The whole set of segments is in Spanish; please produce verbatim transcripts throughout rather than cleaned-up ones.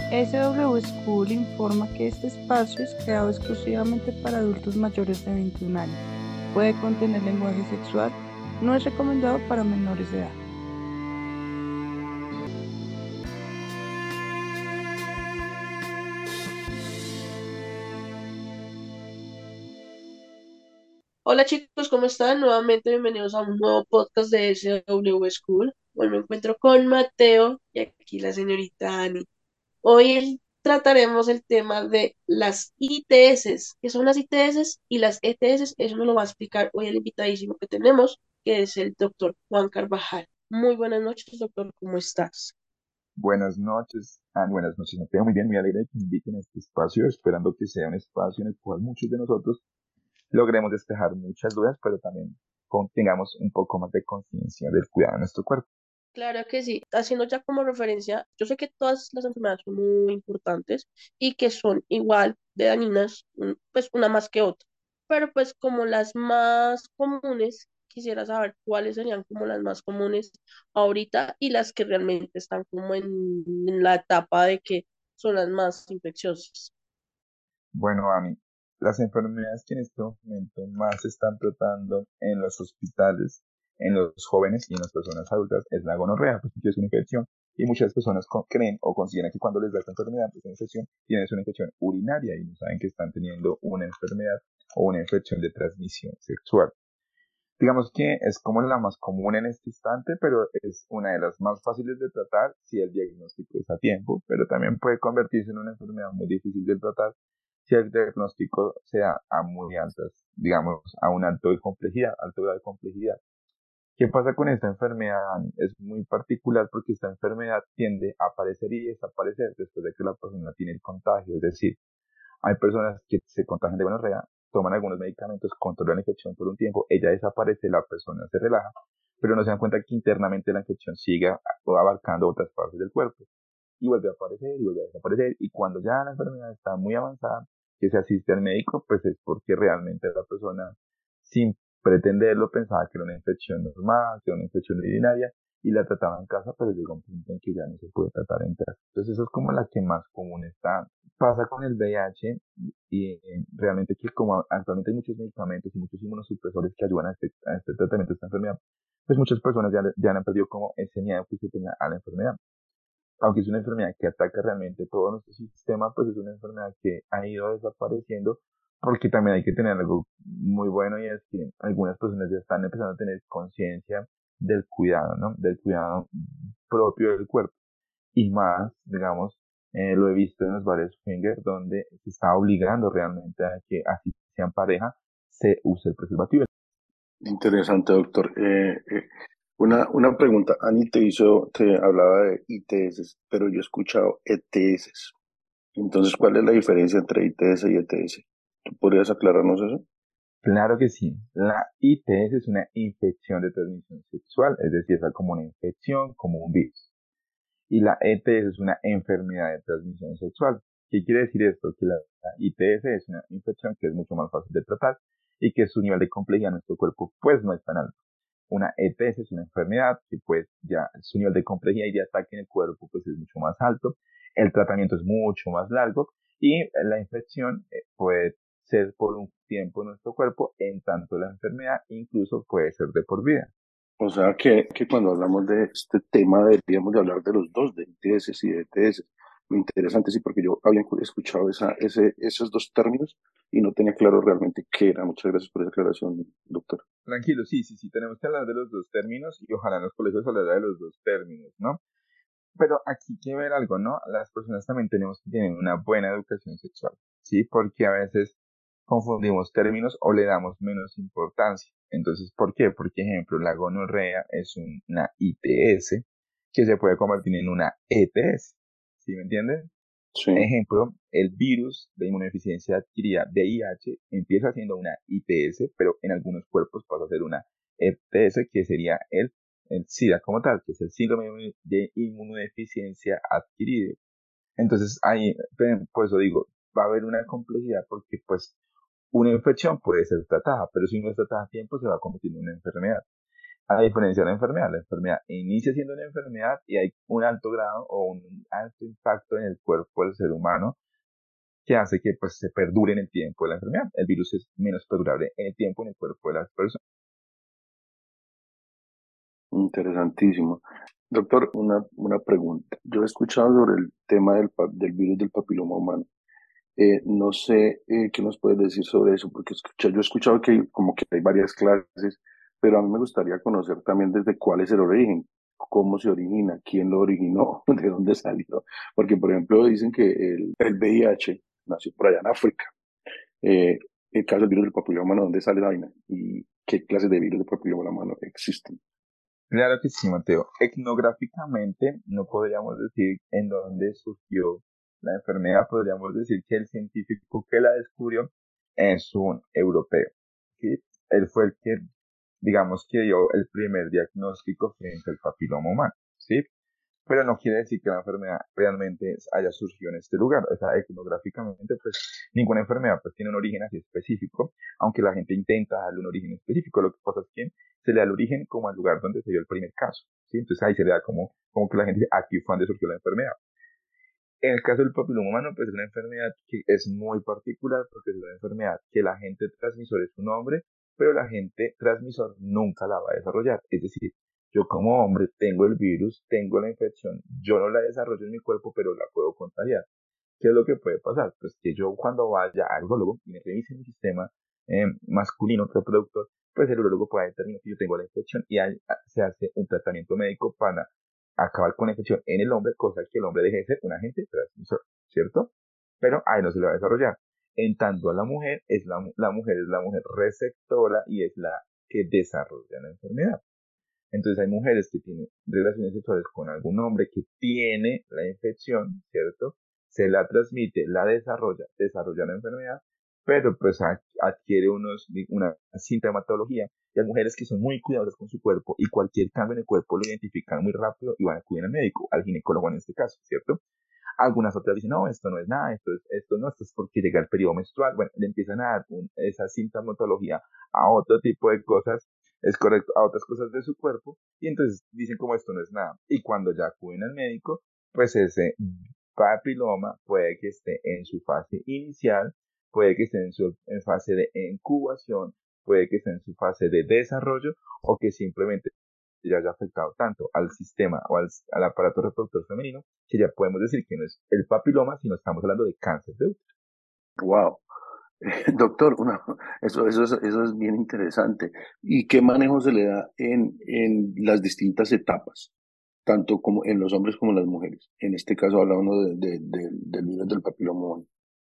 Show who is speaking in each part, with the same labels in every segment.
Speaker 1: S W School informa que este espacio es creado exclusivamente para adultos mayores de veintiún años. Puede contener lenguaje sexual, no es recomendado para menores de edad.
Speaker 2: Hola chicos, ¿cómo están? Nuevamente bienvenidos a un nuevo podcast de S W School. Hoy me encuentro con Mateo y aquí la señorita Ani. Hoy el- trataremos el tema de las I T S. ¿Qué son las I T S y las E T S? Eso nos lo va a explicar hoy el invitadísimo que tenemos, que es el doctor Juan Carvajal. Muy buenas noches, doctor, ¿cómo estás?
Speaker 3: Buenas noches, ah, buenas noches, Mateo. Muy bien, muy alegre de que me inviten a este espacio, esperando que sea un espacio en el cual muchos de nosotros logremos despejar muchas dudas, pero también con- tengamos un poco más de conciencia del cuidado de nuestro cuerpo.
Speaker 2: Claro que sí. Haciendo ya como referencia, yo sé que todas las enfermedades son muy importantes y que son igual de dañinas, mm, pues una más que otra. Pero pues como las más comunes, quisiera saber cuáles serían como las más comunes ahorita y las que realmente están como en, en la etapa de que son las más infecciosas.
Speaker 3: Bueno, Ani, las enfermedades que en este momento más se están tratando en los hospitales, en los jóvenes y en las personas adultas es la gonorrea, pues porque es una infección y muchas personas co- creen o consideran que cuando les da esta enfermedad, esta infección, tienen una infección urinaria y no saben que están teniendo una enfermedad o una infección de transmisión sexual. Digamos que es como la más común en este instante, pero es una de las más fáciles de tratar si el diagnóstico es a tiempo, pero también puede convertirse en una enfermedad muy difícil de tratar si el diagnóstico sea a muy altas, digamos, a un alto de complejidad, alto grado de complejidad. ¿Qué pasa con esta enfermedad, Dani? Es muy particular porque esta enfermedad tiende a aparecer y desaparecer después de que la persona tiene el contagio, es decir, hay personas que se contagian de gonorrea, toman algunos medicamentos, controlan la infección por un tiempo, ella desaparece, la persona se relaja, pero no se dan cuenta que internamente la infección sigue abarcando otras partes del cuerpo y vuelve a aparecer y vuelve a desaparecer. Y cuando ya la enfermedad está muy avanzada, que se asiste al médico, pues es porque realmente la persona, sin pretenderlo, pensaba que era una infección normal, que era una infección urinaria y la trataba en casa, pero llegó un punto en que ya no se puede tratar en casa. Entonces, eso es como la que más común está. Pasa con el V I H y eh, realmente que como actualmente hay muchos medicamentos y muchos inmunosupresores que ayudan a este, a este tratamiento de esta enfermedad, pues muchas personas ya, ya han perdido como ese miedo que se tenía a la enfermedad. Aunque es una enfermedad que ataca realmente todo nuestro sistema, pues es una enfermedad que ha ido desapareciendo, porque también hay que tener algo muy bueno y es que algunas personas ya están empezando a tener conciencia del cuidado, ¿no? Del cuidado propio del cuerpo. Y más, digamos, eh, lo he visto en los bares swinger donde se está obligando realmente a que así sean pareja, se use el preservativo.
Speaker 4: Interesante, doctor. Eh, eh, una, una pregunta. Ani te hizo, te hablaba de I T S, pero yo he escuchado E T S. Entonces, ¿cuál es la diferencia entre I T S y E T S? ¿Tú podrías aclararnos eso?
Speaker 3: Claro que sí. La I T S es una infección de transmisión sexual, es decir, es como una infección, como un virus. Y la E T S es una enfermedad de transmisión sexual. ¿Qué quiere decir esto? Que la, la I T S es una infección que es mucho más fácil de tratar y que su nivel de complejidad en nuestro cuerpo pues no es tan alto. Una E T S es una enfermedad que pues ya su nivel de complejidad y de ataque en el cuerpo pues es mucho más alto, el tratamiento es mucho más largo y la infección eh, puede ser por un tiempo en nuestro cuerpo, en tanto la enfermedad incluso puede ser de por vida.
Speaker 4: O sea, que, que cuando hablamos de este tema deberíamos de hablar de los dos, de I T S y de E T S. Muy interesante, sí, porque yo había escuchado esa, ese, esos dos términos y no tenía claro realmente qué era. Muchas gracias por esa aclaración, doctor.
Speaker 3: Tranquilo, sí, sí, sí, tenemos que hablar de los dos términos y ojalá en los colegios hablar de los dos términos, ¿no? Pero aquí hay que ver algo, ¿no? Las personas también tenemos que tener una buena educación sexual, ¿sí? Porque a veces confundimos términos o le damos menos importancia. Entonces, ¿por qué? Porque, ejemplo, la gonorrea es una I T S que se puede convertir en una E T S, ¿sí me entienden?
Speaker 4: Sí.
Speaker 3: Ejemplo, el virus de inmunodeficiencia adquirida V I H empieza siendo una I T S, pero en algunos cuerpos pasa a ser una E T S, que sería el, el SIDA como tal, que es el síndrome de inmunodeficiencia adquirida. Entonces, ahí, por eso digo, va a haber una complejidad porque, pues, una infección puede ser tratada, pero si no es tratada a tiempo, se va a convertir en una enfermedad. A diferencia de la enfermedad, la enfermedad inicia siendo una enfermedad y hay un alto grado o un alto impacto en el cuerpo del ser humano que hace que pues se perdure en el tiempo de la enfermedad. El virus es menos perdurable en el tiempo en el cuerpo de las personas.
Speaker 4: Interesantísimo. Doctor, una, una pregunta. Yo he escuchado sobre el tema del, pa- del virus del papiloma humano. Eh, no sé eh, qué nos puedes decir sobre eso, porque escucha- yo he escuchado que hay- como que hay varias clases, pero a mí me gustaría conocer también desde cuál es el origen, cómo se origina, quién lo originó, de dónde salió. Porque, por ejemplo, dicen que el, el V I H nació por allá en África. Eh, el caso del virus del papiloma humano, ¿dónde sale la vaina? ¿Y qué clases de virus del papiloma humano existen?
Speaker 3: Claro que sí, Mateo. Etnográficamente no podríamos decir en dónde surgió la enfermedad, podríamos decir que el científico que la descubrió es un europeo. ¿Sí? Él fue el que, digamos, que dio el primer diagnóstico frente al papiloma humano. ¿Sí? Pero no quiere decir que la enfermedad realmente haya surgido en este lugar. O sea, etnográficamente, pues ninguna enfermedad pues tiene un origen así específico, aunque la gente intenta darle un origen específico. Lo que pasa es que se le da el origen como al lugar donde se dio el primer caso, ¿sí? Entonces ahí se le da como, como que la gente dice, aquí fue donde surgió la enfermedad. En el caso del papiloma humano, pues es una enfermedad que es muy particular porque es una enfermedad que el agente transmisor es un hombre, pero el agente transmisor nunca la va a desarrollar. Es decir, yo como hombre tengo el virus, tengo la infección, yo no la desarrollo en mi cuerpo, pero la puedo contagiar. ¿Qué es lo que puede pasar? Pues que yo cuando vaya al urólogo y me revise mi sistema eh, masculino reproductor, pues el urólogo puede determinar que yo tengo la infección y ahí se hace un tratamiento médico para acabar con la infección en el hombre, cosa que el hombre deje de ser un agente transmisor, ¿cierto? Pero ahí no se le va a desarrollar. En tanto a la mujer, es la, la mujer es la mujer receptora y es la que desarrolla la enfermedad. Entonces hay mujeres que tienen relaciones sexuales con algún hombre que tiene la infección, ¿cierto? Se la transmite, la desarrolla, desarrolla la enfermedad, pero pues adquiere unos, una sintomatología. Y hay mujeres que son muy cuidadosas con su cuerpo y cualquier cambio en el cuerpo lo identifican muy rápido y van a acudir al médico, al ginecólogo en este caso, ¿cierto? Algunas otras dicen, no, esto no es nada, esto, es, esto no, esto es porque llega el periodo menstrual. Bueno, le empiezan a dar un, esa sintomatología a otro tipo de cosas, es correcto, a otras cosas de su cuerpo, y entonces dicen como esto no es nada. Y cuando ya acuden al médico, pues ese papiloma puede que esté en su fase inicial, puede que esté en su en fase de incubación, puede que esté en su fase de desarrollo, o que simplemente ya haya afectado tanto al sistema o al, al aparato reproductor femenino, que ya podemos decir que no es el papiloma, sino estamos hablando de cáncer de útero.
Speaker 4: Wow. Doctor, una, eso, eso, es, eso es bien interesante. ¿Y qué manejo se le da en, en las distintas etapas, tanto como en los hombres como en las mujeres? En este caso hablando de, de, de- del virus del papiloma humano.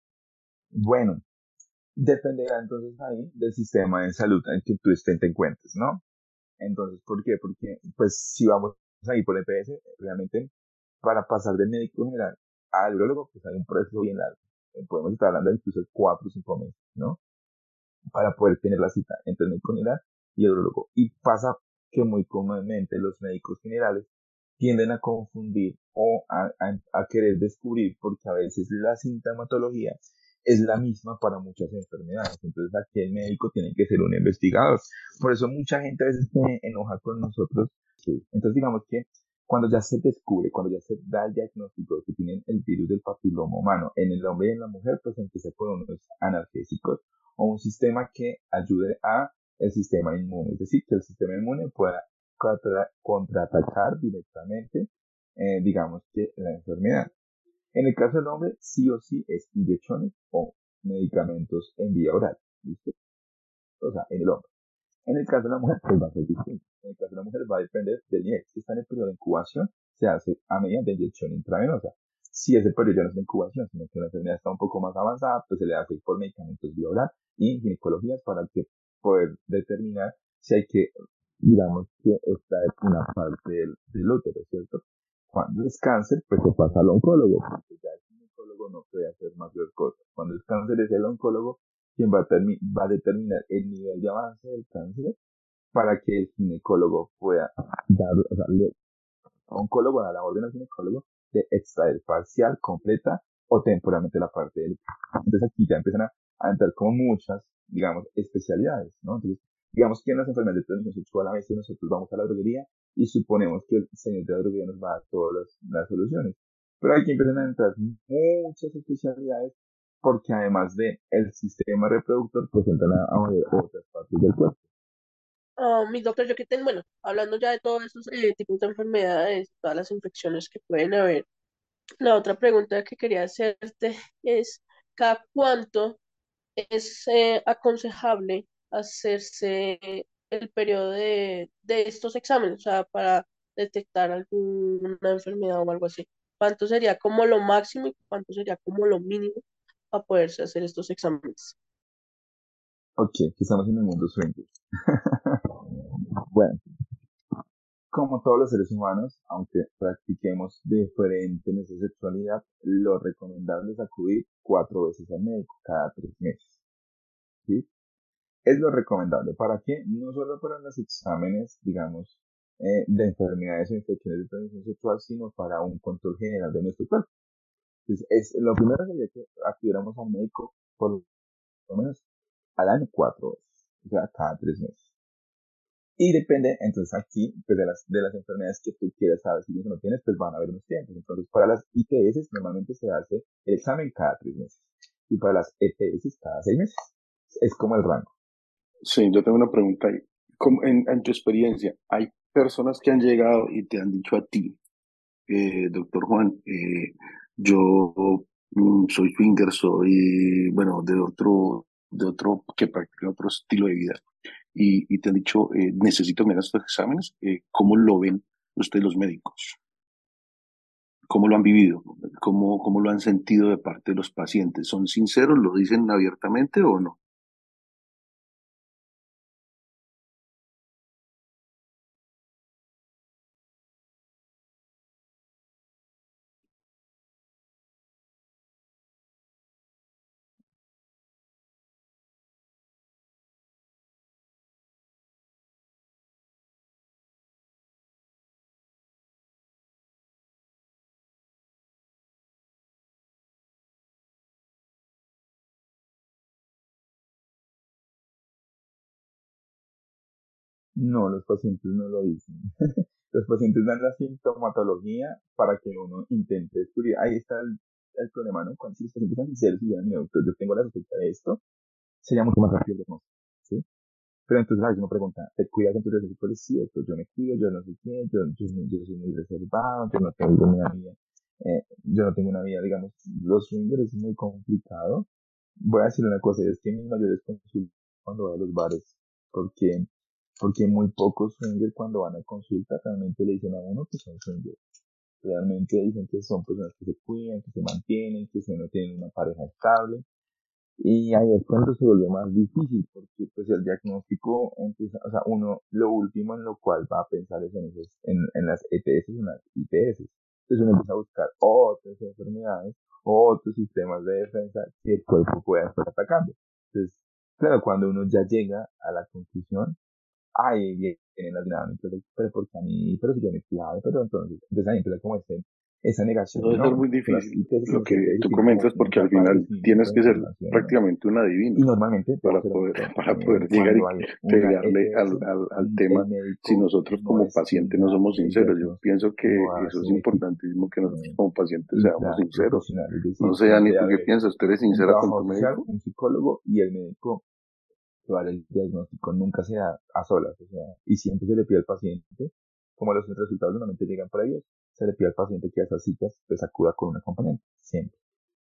Speaker 3: Bueno, dependerá entonces ahí del sistema de salud en que tú estés, te encuentres, ¿no? Entonces, ¿por qué? Porque, pues, si vamos a ir por E P S, realmente, para pasar del médico general al urologo, pues hay un proceso bien largo. Eh, Podemos estar hablando de incluso de cuatro o cinco meses, ¿no? Para poder tener la cita entre el médico general y el urologo. Y pasa que muy comúnmente los médicos generales tienden a confundir o a, a, a querer descubrir, porque a veces la sintomatología es la misma para muchas enfermedades. Entonces aquí el médico tiene que ser un investigador. Por eso mucha gente a veces se enoja con nosotros. Entonces digamos que cuando ya se descubre, cuando ya se da el diagnóstico de que tienen el virus del papiloma humano en el hombre y en la mujer, pues empieza con unos analgésicos o un sistema que ayude a el sistema inmune, es decir, que el sistema inmune pueda contra, contraatacar directamente, eh, digamos que la enfermedad. En el caso del hombre, sí o sí es inyecciones o medicamentos en vía oral, ¿listo? O sea, en el hombre. En el caso de la mujer, pues va a ser distinto. En el caso de la mujer va a depender del nivel. Si está en el periodo de incubación, se hace a medida de inyección intravenosa. Si ese periodo ya no es de incubación, sino que la enfermedad está un poco más avanzada, pues se le hace por medicamentos vía oral y ginecologías para que poder determinar si hay que, digamos, que esta es una parte del, del útero, ¿cierto? Cuando es cáncer, pues se pasa al oncólogo, porque ya el ginecólogo no puede hacer mayor cosa. Cuando es cáncer es el oncólogo quien va a, va a determinar el nivel de avance del cáncer para que el ginecólogo pueda dar, o sea, el oncólogo da la orden al ginecólogo de extraer parcial, completa o temporalmente la parte del. Entonces aquí ya empiezan a, a entrar como muchas, digamos, especialidades, ¿no? Entonces Digamos que en las enfermedades de transmisión sexual a veces nosotros vamos a la droguería y suponemos que el señor de la droguería nos va a dar todas las, las soluciones. Pero aquí empiezan a entrar muchas especialidades porque además de el sistema reproductor, pues entran a, a ver otras partes del cuerpo.
Speaker 2: Ah, mi doctor, yo que tengo, bueno, hablando ya de todos esos eh, tipos de enfermedades, todas las infecciones que pueden haber, la otra pregunta que quería hacerte es, ¿cada cuánto es eh, aconsejable hacerse el periodo de, de estos exámenes, o sea, para detectar alguna enfermedad o algo así? ¿Cuánto sería como lo máximo y cuánto sería como lo mínimo para poderse hacer estos exámenes?
Speaker 3: Ok, que estamos en el mundo swinger. Bueno, como todos los seres humanos, aunque practiquemos diferente nuestra sexualidad, lo recomendable es acudir cuatro veces al médico cada tres meses. ¿Sí? Es lo recomendable. ¿Para qué? No solo para los exámenes, digamos, eh, de enfermedades o infecciones de transmisión sexual, sino para un control general de nuestro cuerpo. Entonces, es, lo primero sería que acudiéramos al médico por lo menos al año cuatro veces, o sea, cada tres meses. Y depende, entonces aquí, pues de las, de las enfermedades que tú quieras saber si tienes o no tienes, pues van a haber unos tiempos. Entonces, para las I T S normalmente se hace el examen cada tres meses. Y para las E T S cada seis meses. Es como el rango.
Speaker 4: Sí, yo tengo una pregunta ahí. ¿Cómo- en, en tu experiencia, hay personas que han llegado y te han dicho a ti, eh, doctor Juan, eh, yo mm, soy swinger, soy, bueno, de otro, de otro, que practica otro estilo de vida, y, y te han dicho, eh, necesito mirar estos exámenes, eh, ¿cómo lo ven ustedes los médicos? ¿Cómo lo han vivido? ¿Cómo, cómo lo han sentido de parte de los pacientes? ¿Son sinceros? ¿Lo dicen abiertamente o no?
Speaker 3: No, los pacientes no lo dicen. Los pacientes dan la sintomatología para que uno intente descubrir. Ahí está el, el problema, ¿no? Cuando si los pacientes son sinceros y digan, mira, doctor, yo tengo la sospecha de esto, sería mucho más rápido el diagnóstico, ¿sí? Pero entonces a veces uno pregunta, ¿te cuidas en tus relaciones sexuales? Sí, doctor, yo me cuido, yo no sé qué, yo, yo, yo soy muy reservado, yo no tengo una vida, eh, yo no tengo una vida, digamos, los swingers es muy complicado. Voy a decir una cosa, es que mis mayores consultas cuando voy a los bares, porque, porque muy pocos swingers cuando van a consulta realmente le dicen a uno que son swingers. Realmente dicen que son personas que se cuidan, que se mantienen, que se no tienen una pareja estable. Y ahí es cuando se vuelve más difícil, porque pues el diagnóstico empieza, o sea, uno, lo último en lo cual va a pensar es en, esos, en, en las E T S y en las I T S. Entonces uno empieza a buscar otras enfermedades, otros sistemas de defensa que el cuerpo pueda estar atacando. Entonces, claro, cuando uno ya llega a la conclusión, ahí vienen las dinámicas de, pero porque a mí, pero si yo me he cuidado, pero entonces, entonces ahí empieza como ese, esa negación,
Speaker 4: Debe ser
Speaker 3: ¿no?
Speaker 4: muy
Speaker 3: Que las
Speaker 4: difícil
Speaker 3: I T S y
Speaker 4: lo
Speaker 3: las
Speaker 4: que
Speaker 3: E T S
Speaker 4: tú
Speaker 3: tienen como
Speaker 4: comentas,
Speaker 3: una
Speaker 4: porque al
Speaker 3: capa de
Speaker 4: final tienes
Speaker 3: filtro de
Speaker 4: que ser
Speaker 3: información, ¿no?
Speaker 4: prácticamente un
Speaker 3: Y
Speaker 4: adivino
Speaker 3: normalmente, te voy a
Speaker 4: para
Speaker 3: ser
Speaker 4: poder,
Speaker 3: honesto,
Speaker 4: para
Speaker 3: eh,
Speaker 4: poder llegar y
Speaker 3: cuando hay una
Speaker 4: pegarle al,
Speaker 3: E T S,
Speaker 4: al, al
Speaker 3: mm, el
Speaker 4: tema si
Speaker 3: médico
Speaker 4: nosotros
Speaker 3: no
Speaker 4: como pacientes no
Speaker 3: estudia
Speaker 4: somos
Speaker 3: el
Speaker 4: sinceros. Yo pienso
Speaker 3: diagnóstico,
Speaker 4: que
Speaker 3: lo
Speaker 4: eso
Speaker 3: hace
Speaker 4: es importantísimo que nosotros
Speaker 3: eh,
Speaker 4: como pacientes seamos sinceros.
Speaker 3: intraprofesional, es
Speaker 4: No
Speaker 3: decir,
Speaker 4: sé, Ani,
Speaker 3: debe
Speaker 4: ¿tú qué
Speaker 3: haber
Speaker 4: piensas? ¿Tú eres
Speaker 3: un
Speaker 4: sincera con
Speaker 3: trabajador
Speaker 4: tu
Speaker 3: social,
Speaker 4: médico?
Speaker 3: un psicólogo y el médico que va a dar el diagnóstico nunca se da a solas, o sea, y siempre se le pide al paciente, como los resultados normalmente llegan previos, se le pide al paciente que a esas citas pues acuda con un acompañante, siempre.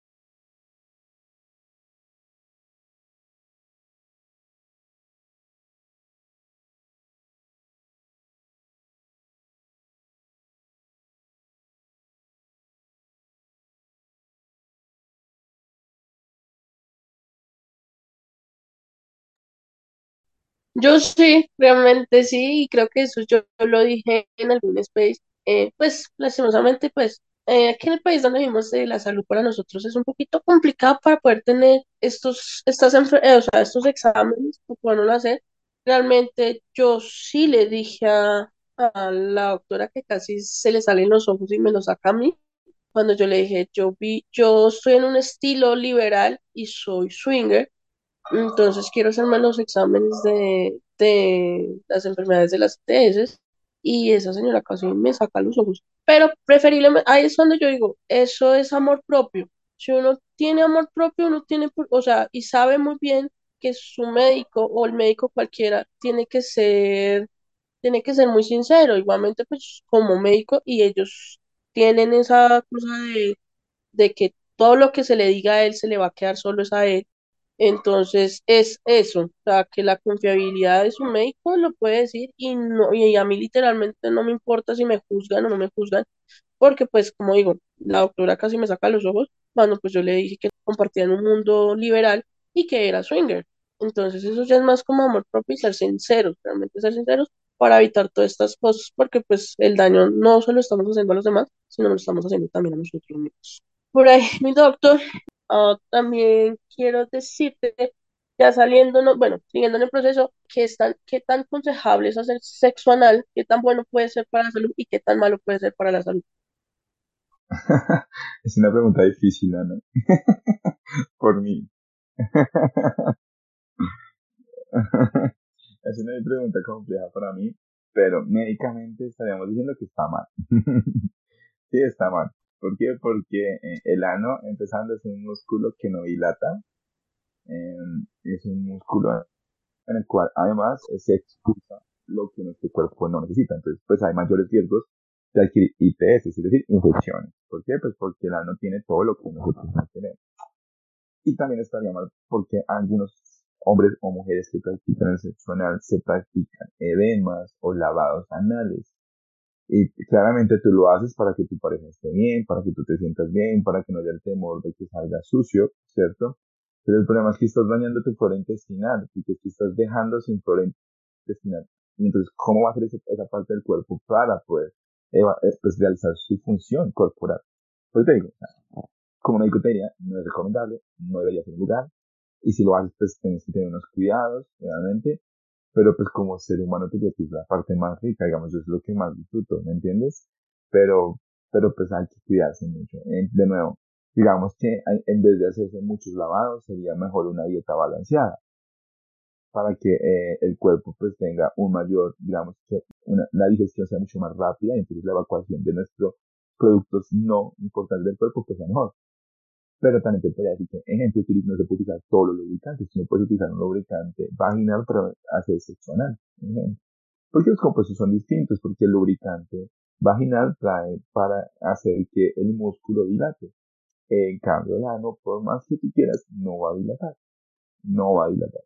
Speaker 2: Yo sí, realmente sí, y creo que eso yo, yo lo dije en algún space. Eh, pues, lastimosamente, pues, eh, aquí en el país donde vivimos, eh, la salud para nosotros es un poquito complicado para poder tener estos, estas, enfer- eh, o sea, estos exámenes, para poderlo hacer. Realmente yo sí le dije a, a la doctora que casi se le salen los ojos y me los saca a mí, cuando yo le dije, yo vi, yo estoy en un estilo liberal y soy swinger. Entonces quiero hacerme los exámenes de, de las enfermedades de las I T S y esa señora casi me saca los ojos. Pero preferiblemente, ahí es cuando yo digo, eso es amor propio. Si uno tiene amor propio, uno tiene, por- o sea, y sabe muy bien que su médico o el médico cualquiera tiene que ser, tiene que ser muy sincero, igualmente pues como médico y ellos tienen esa cosa de, de que todo lo que se le diga a él se le va a quedar solo es a él. Entonces es eso, o sea, que la confiabilidad de su médico lo puede decir y, no, y a mí literalmente no me importa si me juzgan o no me juzgan, porque pues como digo, la doctora casi me saca los ojos cuando pues yo le dije que compartía en un mundo liberal y que era swinger. Entonces eso ya es más como amor propio y ser sinceros, realmente ser sinceros para evitar todas estas cosas, porque pues el daño no solo estamos haciendo a los demás, sino lo estamos haciendo también a nosotros mismos. Por ahí, mi doctor, ah, también quiero decirte, ya saliéndonos, bueno, siguiendo en el proceso, qué es tan, qué tan aconsejable es hacer sexo anal, qué tan bueno puede ser para la salud y qué tan malo puede ser para la salud.
Speaker 3: Es una pregunta difícil, ¿no? Por mí. Es una pregunta compleja para mí, pero médicamente estaríamos diciendo que está mal. Sí, está mal. ¿Por qué? Porque eh, el ano, empezando, es un músculo que no dilata, eh, es un músculo en el cual además eh, se expulsa lo que nuestro cuerpo no necesita. Entonces, pues hay mayores riesgos de adquirir I T S, es decir, infecciones. ¿Por qué? Pues porque el ano tiene todo lo que nosotros no tenemos. Y también estaría mal porque algunos hombres o mujeres que practican el sexo anal se practican edemas o lavados anales. Y claramente tú lo haces para que tu pareja esté bien, para que tú te sientas bien, para que no haya el temor de que salga sucio, ¿cierto? Pero el problema es que estás dañando tu flora intestinal y que te estás dejando sin flora intestinal. Y entonces, ¿cómo va a hacer esa, esa parte del cuerpo para poder eva- eh, pues, realizar su función corporal? Pues te digo, como médico te diría, no es recomendable, no debería ser lugar, y si lo haces, pues tienes que tener unos cuidados, realmente, pero pues como ser humano te diría que es la parte más rica, digamos, yo es lo que más disfruto, ¿me entiendes? Pero, pero pues hay que cuidarse mucho. Eh, de nuevo, digamos que hay- en vez de hacerse muchos lavados, sería mejor una dieta balanceada para que eh, el cuerpo pues tenga un mayor, digamos, que una, la digestión sea mucho más rápida y entonces la evacuación de nuestros productos no importantes del cuerpo pues sea mejor. Pero también te podría decir que, ejemplo, utiliz- no se puede utilizar todos los lubricantes, no puedes utilizar un lubricante vaginal para hacer sexo anal, ejemplo. Porque los compuestos son distintos, porque el lubricante vaginal trae para hacer que el músculo dilate. En cambio, el ano, por más que tú quieras, no va a dilatar, no va a dilatar.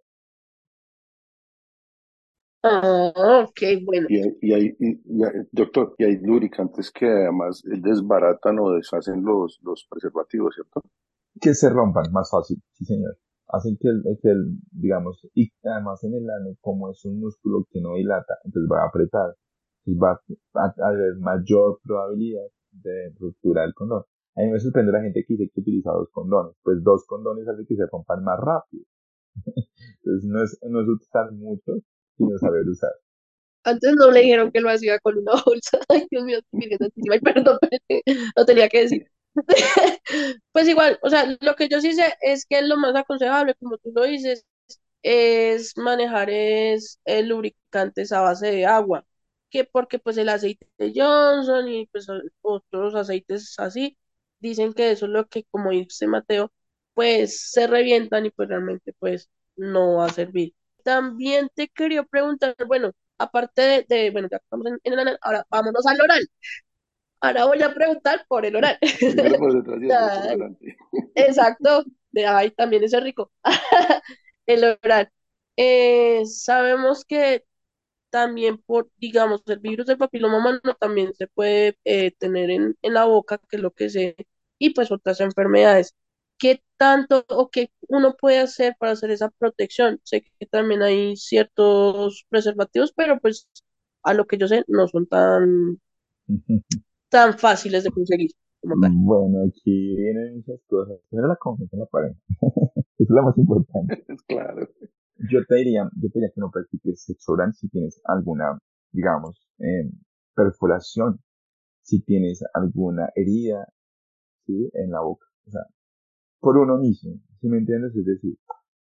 Speaker 2: Ah, ok, bueno.
Speaker 4: Y hay, y hay, y- y hay- doctor, y hay lubricantes que además desbaratan o deshacen los, los preservativos, ¿cierto?
Speaker 3: Que se rompan más fácil, sí señor. Hacen que el, que el, digamos, y además en el ano, como es un músculo que no dilata, entonces va a apretar, entonces va a, a haber mayor probabilidad de ruptura del condón. A mí me sorprende la gente que dice que utiliza dos condones, pues dos condones hace que se rompan más rápido. Entonces no es, no es utilizar mucho, sino saber usar.
Speaker 2: Antes no le dijeron que lo hacía con una bolsa. Ay, Dios mío, Virgen Santísima. Ay, perdón, lo tenía que decir. Pues igual, o sea, lo que yo sí sé es que lo más aconsejable, como tú lo dices, es manejar es el lubricantes a base de agua, que porque pues el aceite de Johnson y pues otros aceites así, dicen que eso es lo que, como dice Mateo, pues se revientan y pues realmente pues no va a servir. También te quería preguntar, bueno, aparte de, de- bueno, ya estamos en, en el anal, ahora vámonos al oral. Ahora voy a preguntar por el oral.
Speaker 4: Primero por detrás y después por
Speaker 2: Ay,
Speaker 4: delante.
Speaker 2: exacto, de ay, también ese rico. El oral. Eh, sabemos que también por, digamos, el virus del papiloma humano también se puede eh, tener en, en la boca, que es lo que sé, y pues otras enfermedades. ¿Qué tanto o qué uno puede hacer para hacer esa protección? Sé que también hay ciertos preservativos, pero pues a lo que yo sé no son tan, tan fáciles de conseguir como tal.
Speaker 3: Bueno, aquí vienen muchas cosas. Primero la confianza en la pareja. Eso es lo más importante.
Speaker 4: Claro.
Speaker 3: Yo te diría, yo te diría que no practiques sexo oral si tienes alguna, digamos, eh, perforación, si tienes alguna herida, ¿sí? En la boca. O sea, por uno mismo, ¿sí me entiendes? Es decir,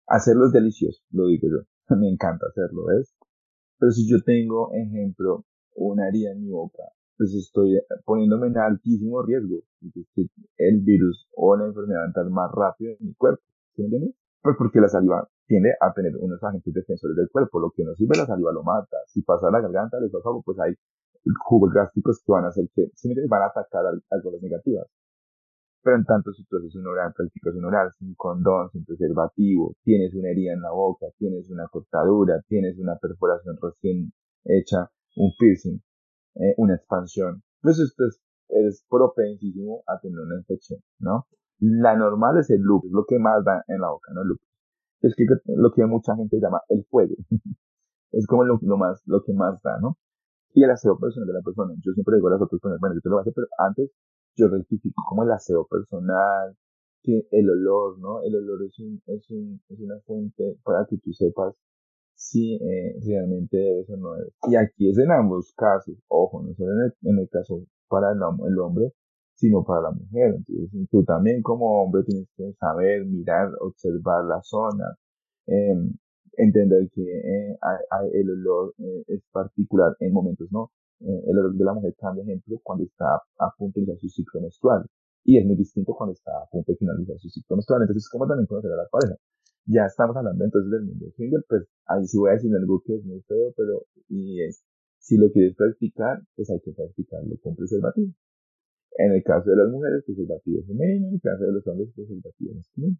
Speaker 3: Hacerlo es delicioso, lo digo yo. Me encanta hacerlo, ¿ves? Pero si yo tengo, ejemplo, una herida en mi boca, pues estoy poniéndome en altísimo riesgo de que el virus o la enfermedad va a entrar más rápido en mi cuerpo. ¿Sí me entiendes? Pues porque la saliva tiende a tener unos agentes defensores del cuerpo. Lo que no sirve la saliva lo mata. Si pasa a la garganta, el esófago, pues hay jugos gástricos que van a hacer que, ¿sí me entiendes? Van a atacar al- algo negativas. Pero en tanto, si tú haces un oral, practicas un oral sin condón, sin preservativo, tienes una herida en la boca, tienes una cortadura, tienes una perforación recién hecha, un piercing, eh, una expansión, pues esto es, eres propensísimo a tener una infección, ¿no? La normal es el lupus, lo que más da en la boca, ¿no? El lupus. Es que lo que mucha gente llama el fuego. Es como lo, lo más, lo que más da, ¿no? Y el aseo personal de la persona. Yo siempre digo a las otras personas, bueno, yo te lo voy a hacer, pero antes yo rectifico como el aseo personal, que el olor, ¿no? El olor es, un, es, un, es una fuente para que tú sepas si eh, realmente debes o no debes. Y aquí es en ambos casos, ojo, no solo en el, en el caso para el, hom- el hombre, sino para la mujer. Entonces, tú también como hombre tienes que saber, mirar, observar la zona, eh, entender que eh, hay- hay- el olor eh, es particular en momentos, ¿no? Eh, el olor de la mujer cambia, ejemplo, cuando está a punto de iniciar su ciclo menstrual. Y es muy distinto cuando está a punto de finalizar su ciclo menstrual. Entonces, ¿cómo también conocer a la pareja? Ya estamos hablando entonces del mundo swinger, pues ahí sí voy a decir algo que es muy feo, pero y es, si lo quieres practicar, pues hay que practicarlo con preservativo. En el caso de las mujeres, preservativo femenino, en el caso de los hombres, preservativo masculino.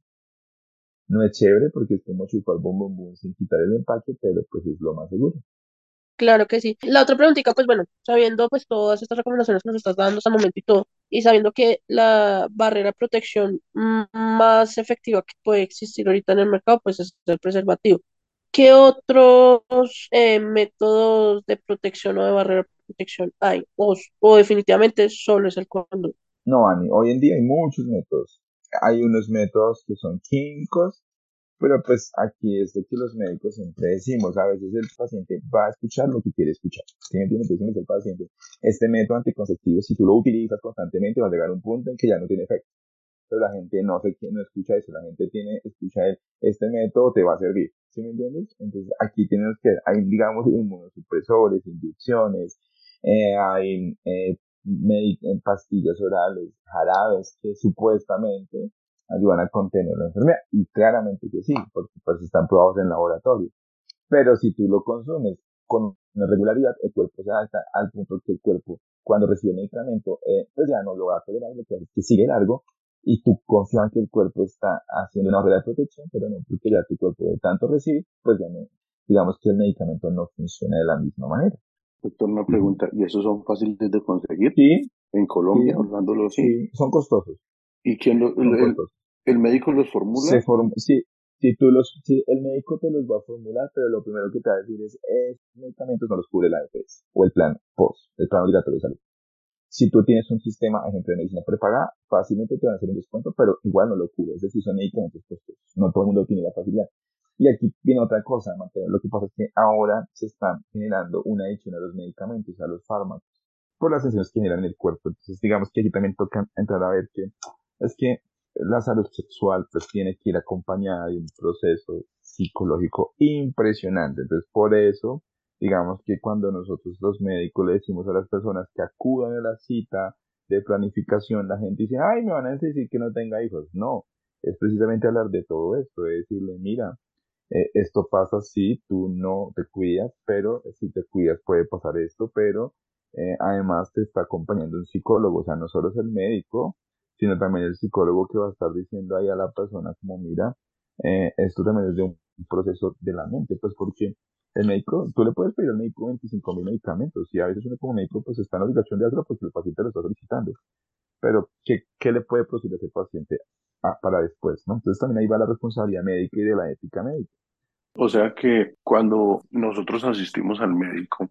Speaker 3: No es chévere porque es como chupar bombón sin quitar el empaque, pero pues es lo más seguro.
Speaker 2: Claro que sí. La otra preguntita, pues bueno, sabiendo pues todas estas recomendaciones que nos estás dando hasta el momento y todo, y sabiendo que la barrera de protección mm, más efectiva que puede existir ahorita en el mercado, pues es el preservativo. ¿Qué otros eh, métodos de protección o de barrera de protección hay? O, o definitivamente solo es el condón.
Speaker 3: No, Ani, hoy en día hay muchos métodos. Hay unos métodos que son químicos, pero pues aquí es lo que los médicos siempre decimos. A veces el paciente va a escuchar lo que quiere escuchar. ¿Sí me entiendes? Entonces me dice el paciente, este método anticonceptivo, si tú lo utilizas constantemente, va a llegar a un punto en que ya no tiene efecto. Pero la gente no sé quién no escucha eso. La gente tiene, escucha el, este método te va a servir. ¿Sí me entiendes? Entonces aquí tenemos que, hay digamos inmunosupresores, inyecciones, eh, hay eh, medi- eh, pastillas orales, jarabes que supuestamente ayudan a contener la enfermedad. Y claramente que sí, porque pues están probados en laboratorio. Pero si tú lo consumes con una regularidad, el cuerpo se adapta al punto que el cuerpo, cuando recibe el medicamento, eh, pues ya no lo va a tolerar, lo que hace es que sigue largo y tú confías que el cuerpo está haciendo una barrera de protección, pero no, porque ya tu cuerpo de tanto recibir, pues ya no, digamos que el medicamento no funciona de la misma manera.
Speaker 4: Doctor, una
Speaker 3: Ujú.
Speaker 4: pregunta, ¿y esos son fáciles de conseguir
Speaker 3: Sí,
Speaker 4: en Colombia,
Speaker 3: sí,
Speaker 4: hablándolo así?
Speaker 3: sí, son costosos,
Speaker 4: ¿Y quién lo, el,
Speaker 3: son
Speaker 4: el,
Speaker 3: costosos.
Speaker 4: el médico los
Speaker 3: Se
Speaker 4: formula?
Speaker 3: form si, si tú los, si el médico te los va a formular, pero lo primero que te va a decir es, estos medicamentos no los cubre la E P S o el plan P O S, el plan obligatorio de salud. Si tú tienes un sistema, ejemplo, de medicina prepagada, fácilmente te van a hacer un descuento, pero igual no lo cubre. Es decir, son medicamentos costosos. No todo el mundo tiene la facilidad. Y aquí viene otra cosa, Mateo. Lo que pasa es que ahora se está generando una adicción a los medicamentos, a los fármacos, por las sensaciones que generan en el cuerpo. Entonces, digamos que aquí también toca entrar a ver que es que la salud sexual pues tiene que ir acompañada de un proceso psicológico impresionante. Entonces, por eso digamos que cuando nosotros los médicos le decimos a las personas que acudan a la cita de planificación, la gente dice, ay, me van a decir que no tenga hijos. No, es precisamente hablar de todo esto, es decirle, mira, eh, esto pasa si tú no te cuidas, pero si te cuidas puede pasar esto, pero eh, además te está acompañando un psicólogo, o sea, no solo es el médico, sino también el psicólogo que va a estar diciendo ahí a la persona como, mira, eh, esto también es de un proceso de la mente, pues porque el médico, tú le puedes pedir al médico veinticinco mil medicamentos y a veces uno como médico pues está en obligación de hacerlo porque el paciente lo está solicitando. Pero, ¿qué, qué le puede producir a ese paciente a- para después, ¿no? Entonces también ahí va la responsabilidad médica y de la ética médica.
Speaker 4: O sea que cuando nosotros asistimos al médico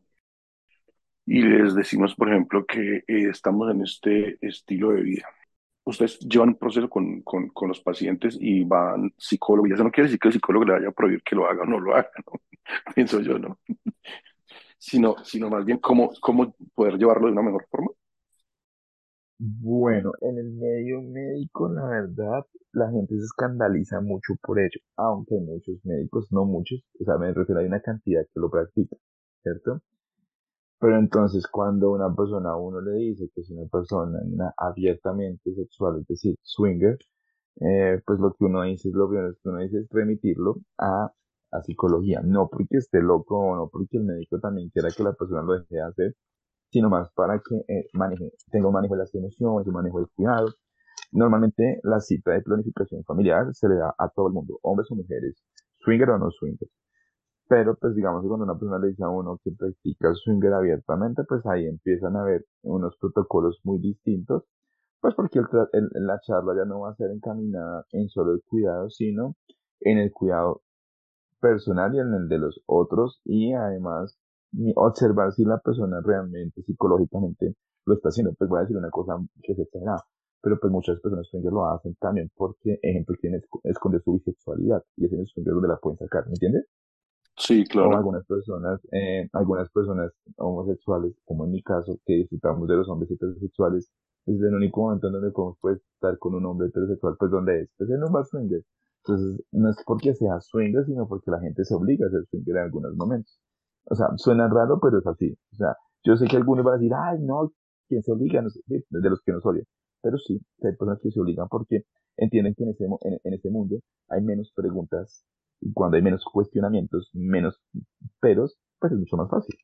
Speaker 4: y les decimos, por ejemplo, que eh, estamos en este estilo de vida, ustedes llevan un proceso con, con, con los pacientes y van psicólogos, y eso no quiere decir que el psicólogo le vaya a prohibir que lo haga o no lo haga, ¿no? Pienso yo, ¿no? Sino, sino más bien cómo, cómo poder llevarlo de una mejor forma.
Speaker 3: Bueno, en el medio médico, la verdad, la gente se escandaliza mucho por ello, aunque hay muchos médicos, no muchos, o sea, me refiero a una cantidad que lo practica, ¿cierto? Pero entonces cuando una persona a uno le dice que es una persona na- abiertamente sexual, es decir, swinger, eh, pues lo que uno dice es lo primero que uno dice es remitirlo a, a psicología, no porque esté loco o no porque el médico también quiera que la persona lo deje de hacer, sino más para que eh, maneje, tenga un manejo de las emociones, un manejo del cuidado. Normalmente la cita de planificación familiar se le da a todo el mundo, hombres o mujeres, swinger o no swinger. Pero pues digamos que cuando una persona le dice a uno que practica el swinger abiertamente, pues ahí empiezan a haber unos protocolos muy distintos, pues porque el tra- el- la charla ya no va a ser encaminada en solo el cuidado, sino en el cuidado personal y en el de los otros y además mi- observar si la persona realmente psicológicamente lo está haciendo. Pues voy a decir una cosa que se exagerada, pero pues muchas personas swinger lo hacen también porque, ejemplo, quieren esco- esconder su bisexualidad y es en el swinger donde la pueden sacar, ¿me entiendes?
Speaker 4: Sí,
Speaker 3: O
Speaker 4: claro.
Speaker 3: algunas personas, eh, algunas personas homosexuales, como en mi caso, que disfrutamos de los hombres heterosexuales, pues es el único momento en donde podemos pues, estar con un hombre heterosexual, pues donde es, pues en un bar swinger. Entonces, no es porque sea swinger, sino porque la gente se obliga a ser swinger en algunos momentos. O sea, suena raro, pero es así. O sea, yo sé que algunos van a decir, ay, no, ¿quién se obliga? No sé, sí, de los que nos odian. Pero sí, hay personas que se obligan porque entienden que en ese, mo- en, en ese mundo hay menos preguntas y cuando hay menos cuestionamientos, menos peros, pues es mucho más fácil.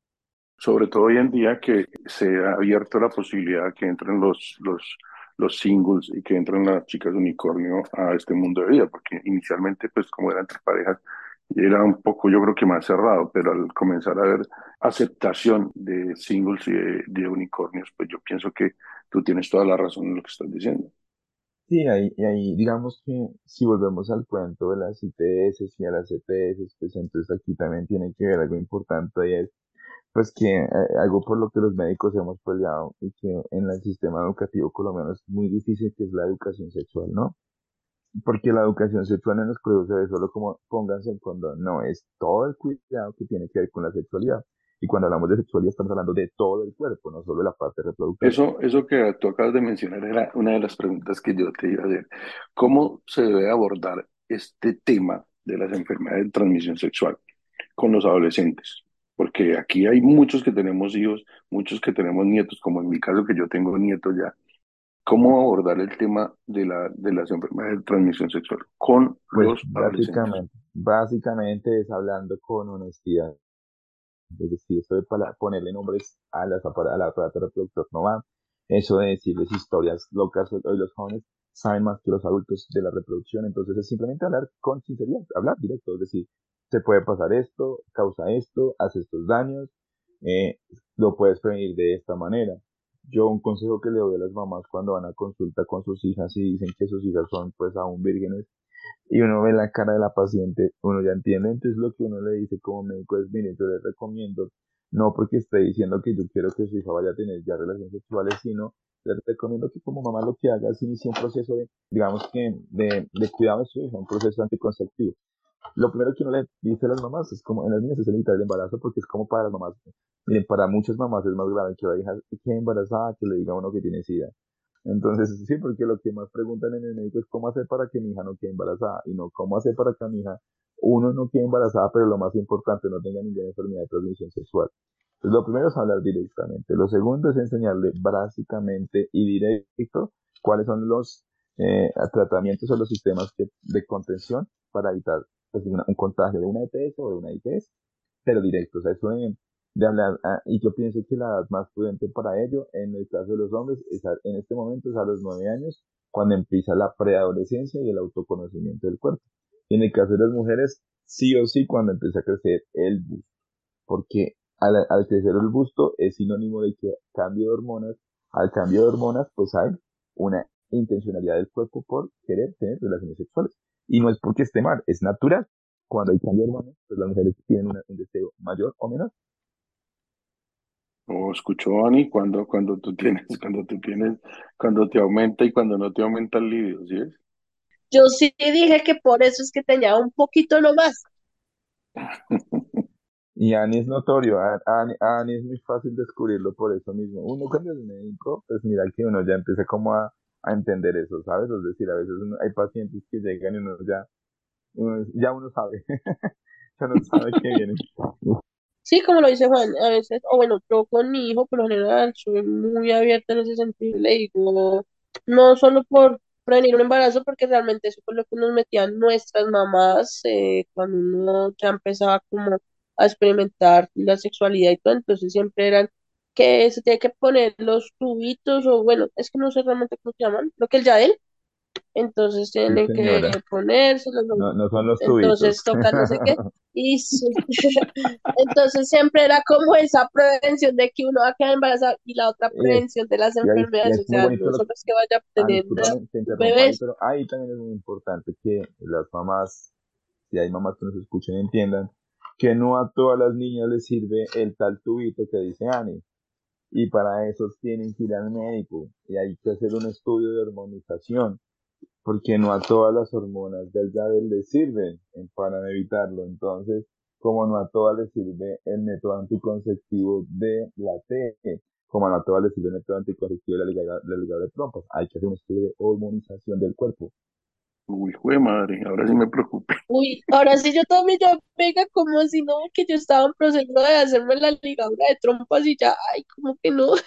Speaker 4: Sobre todo hoy en día que se ha abierto la posibilidad que entren los, los, los singles y que entren las chicas unicornio a este mundo de vida, porque inicialmente, pues como era entre parejas, era un poco, yo creo que más cerrado, pero al comenzar a haber aceptación de singles y de, de unicornios, pues yo pienso que tú tienes toda la razón en lo que estás diciendo.
Speaker 3: Sí, ahí, y ahí digamos que si volvemos al cuento de las I T S y a las E T S, pues entonces aquí también tiene que ver algo importante y es pues que eh, algo por lo que los médicos hemos peleado y que en el sistema educativo colombiano es muy difícil, que es la educación sexual, ¿no? Porque la educación sexual en los colegios se ve solo como pónganse en condón, no, es todo el cuidado que tiene que ver con la sexualidad. Y cuando hablamos de sexualidad estamos hablando de todo el cuerpo, no solo de la parte reproductora.
Speaker 4: Eso, eso que tú acabas de mencionar era una de las preguntas que yo te iba a hacer. ¿Cómo se debe abordar este tema de las enfermedades de transmisión sexual con los adolescentes? Porque aquí hay muchos que tenemos hijos, muchos que tenemos nietos, como en mi caso que yo tengo nietos ya. ¿Cómo abordar el tema de la, de las enfermedades de transmisión sexual con
Speaker 3: Pues
Speaker 4: los adolescentes?
Speaker 3: básicamente, básicamente es hablando con honestidad. Es decir, eso de pala- ponerle nombres a las apara- al aparato reproductor no va. Eso de decirles historias locas, hoy los jóvenes saben más que los adultos de la reproducción, entonces es simplemente hablar con sinceridad, hablar directo, es decir, se puede pasar esto, causa esto, hace estos daños, eh, lo puedes prevenir de esta manera. Yo un consejo que le doy a las mamás cuando van a consulta con sus hijas y dicen que sus hijas son pues aún vírgenes, y uno ve la cara de la paciente, uno ya entiende, entonces lo que uno le dice como médico es, mire, yo le recomiendo, no porque esté diciendo que yo quiero que su hija vaya a tener ya relaciones sexuales, sino le recomiendo que como mamá lo que haga es iniciar un proceso de, digamos que, de, de cuidado de su hija, un proceso anticonceptivo. Lo primero que uno le dice a las mamás es como, en las niñas es evitar el embarazo porque es como para las mamás. Miren, para muchas mamás es más grave que la hija quede embarazada que le diga a uno que tiene SIDA. Entonces, sí, porque lo que más preguntan en el médico es cómo hacer para que mi hija no quede embarazada y no cómo hacer para que mi hija, uno, no quede embarazada, pero lo más importante, no tenga ninguna enfermedad de transmisión sexual. Entonces, lo primero es hablar directamente. Lo segundo es enseñarle básicamente y directo cuáles son los eh, tratamientos o los sistemas que- de contención para evitar pues, una- un contagio de una E T S o de una I T S, pero directo. O sea, eso de, de hablar, ah, y yo pienso que la edad más prudente para ello, en el caso de los hombres, es a- en este momento es a los nueve años, cuando empieza la preadolescencia y el autoconocimiento del cuerpo. Y en el caso de las mujeres, sí o sí, cuando empieza a crecer el busto, porque al, al crecer el busto es sinónimo de que cambio de hormonas, al cambio de hormonas, pues hay una intencionalidad del cuerpo por querer tener relaciones sexuales. Y no es porque esté mal, es natural. Cuando hay cambio de hormonas, pues las mujeres tienen una- un deseo mayor o menor.
Speaker 4: O escuchó Ani cuando, cuando tú tienes, cuando tú tienes, cuando te aumenta y cuando no te aumenta el libido, ¿sí es?
Speaker 2: Yo sí dije que por eso es que tenía un poquito nomás.
Speaker 3: Y Ani es notorio, a- Ani, a Ani es muy fácil descubrirlo por eso mismo. Uno cuando es médico, pues mira que uno ya empieza como a, a entender eso, ¿sabes? Es decir, a veces uno- hay pacientes que llegan y uno ya, uno- ya uno sabe, ya uno sabe que vienen.
Speaker 2: Sí, como lo dice Juan, a veces, o bueno, yo con mi hijo, por lo general, soy muy abierta en ese sentido, le digo, no solo por prevenir un embarazo, porque realmente eso fue lo que nos metían nuestras mamás eh, cuando uno ya empezaba como a experimentar la sexualidad y todo, entonces siempre eran que se tiene que poner los tubitos, o bueno, es que no sé realmente cómo se llaman, lo que el Yadel, entonces
Speaker 3: Sí,
Speaker 2: tienen que
Speaker 3: señora,
Speaker 2: ponérselos,
Speaker 3: no, no son los tubitos.
Speaker 2: entonces toca no sé qué. Y su- entonces siempre era como esa prevención de que uno va a quedar embarazado y la otra
Speaker 3: Y es,
Speaker 2: prevención de las
Speaker 3: y ahí, y
Speaker 2: enfermedades,
Speaker 3: es
Speaker 2: o
Speaker 3: muy
Speaker 2: sea,
Speaker 3: bonito
Speaker 2: no
Speaker 3: lo
Speaker 2: solo es que vaya a
Speaker 3: Ah,
Speaker 2: tener una-
Speaker 3: discúlpame, te interrumpo ahí,
Speaker 2: bebés.
Speaker 3: pero ahí también es muy importante que las mamás, si hay mamás que nos escuchen, entiendan que no a todas las niñas les sirve el tal tubito que dice Ani. Y para eso tienen que ir al médico y hay que hacer un estudio de hormonización, porque no a todas las hormonas del Yadel les sirven en- para evitarlo. Entonces, como no a todas les sirve el método anticonceptivo de la T, como no a todas les sirve el método anticonceptivo de la ligadura, la ligadura de trompas, hay que hacer un estudio de hormonización del cuerpo.
Speaker 4: Uy, jue madre, ahora sí me preocupé.
Speaker 2: Uy, ahora sí yo también yo pega como si no, que yo estaba en proceso de hacerme la ligadura de trompas y ya, ay, como que no.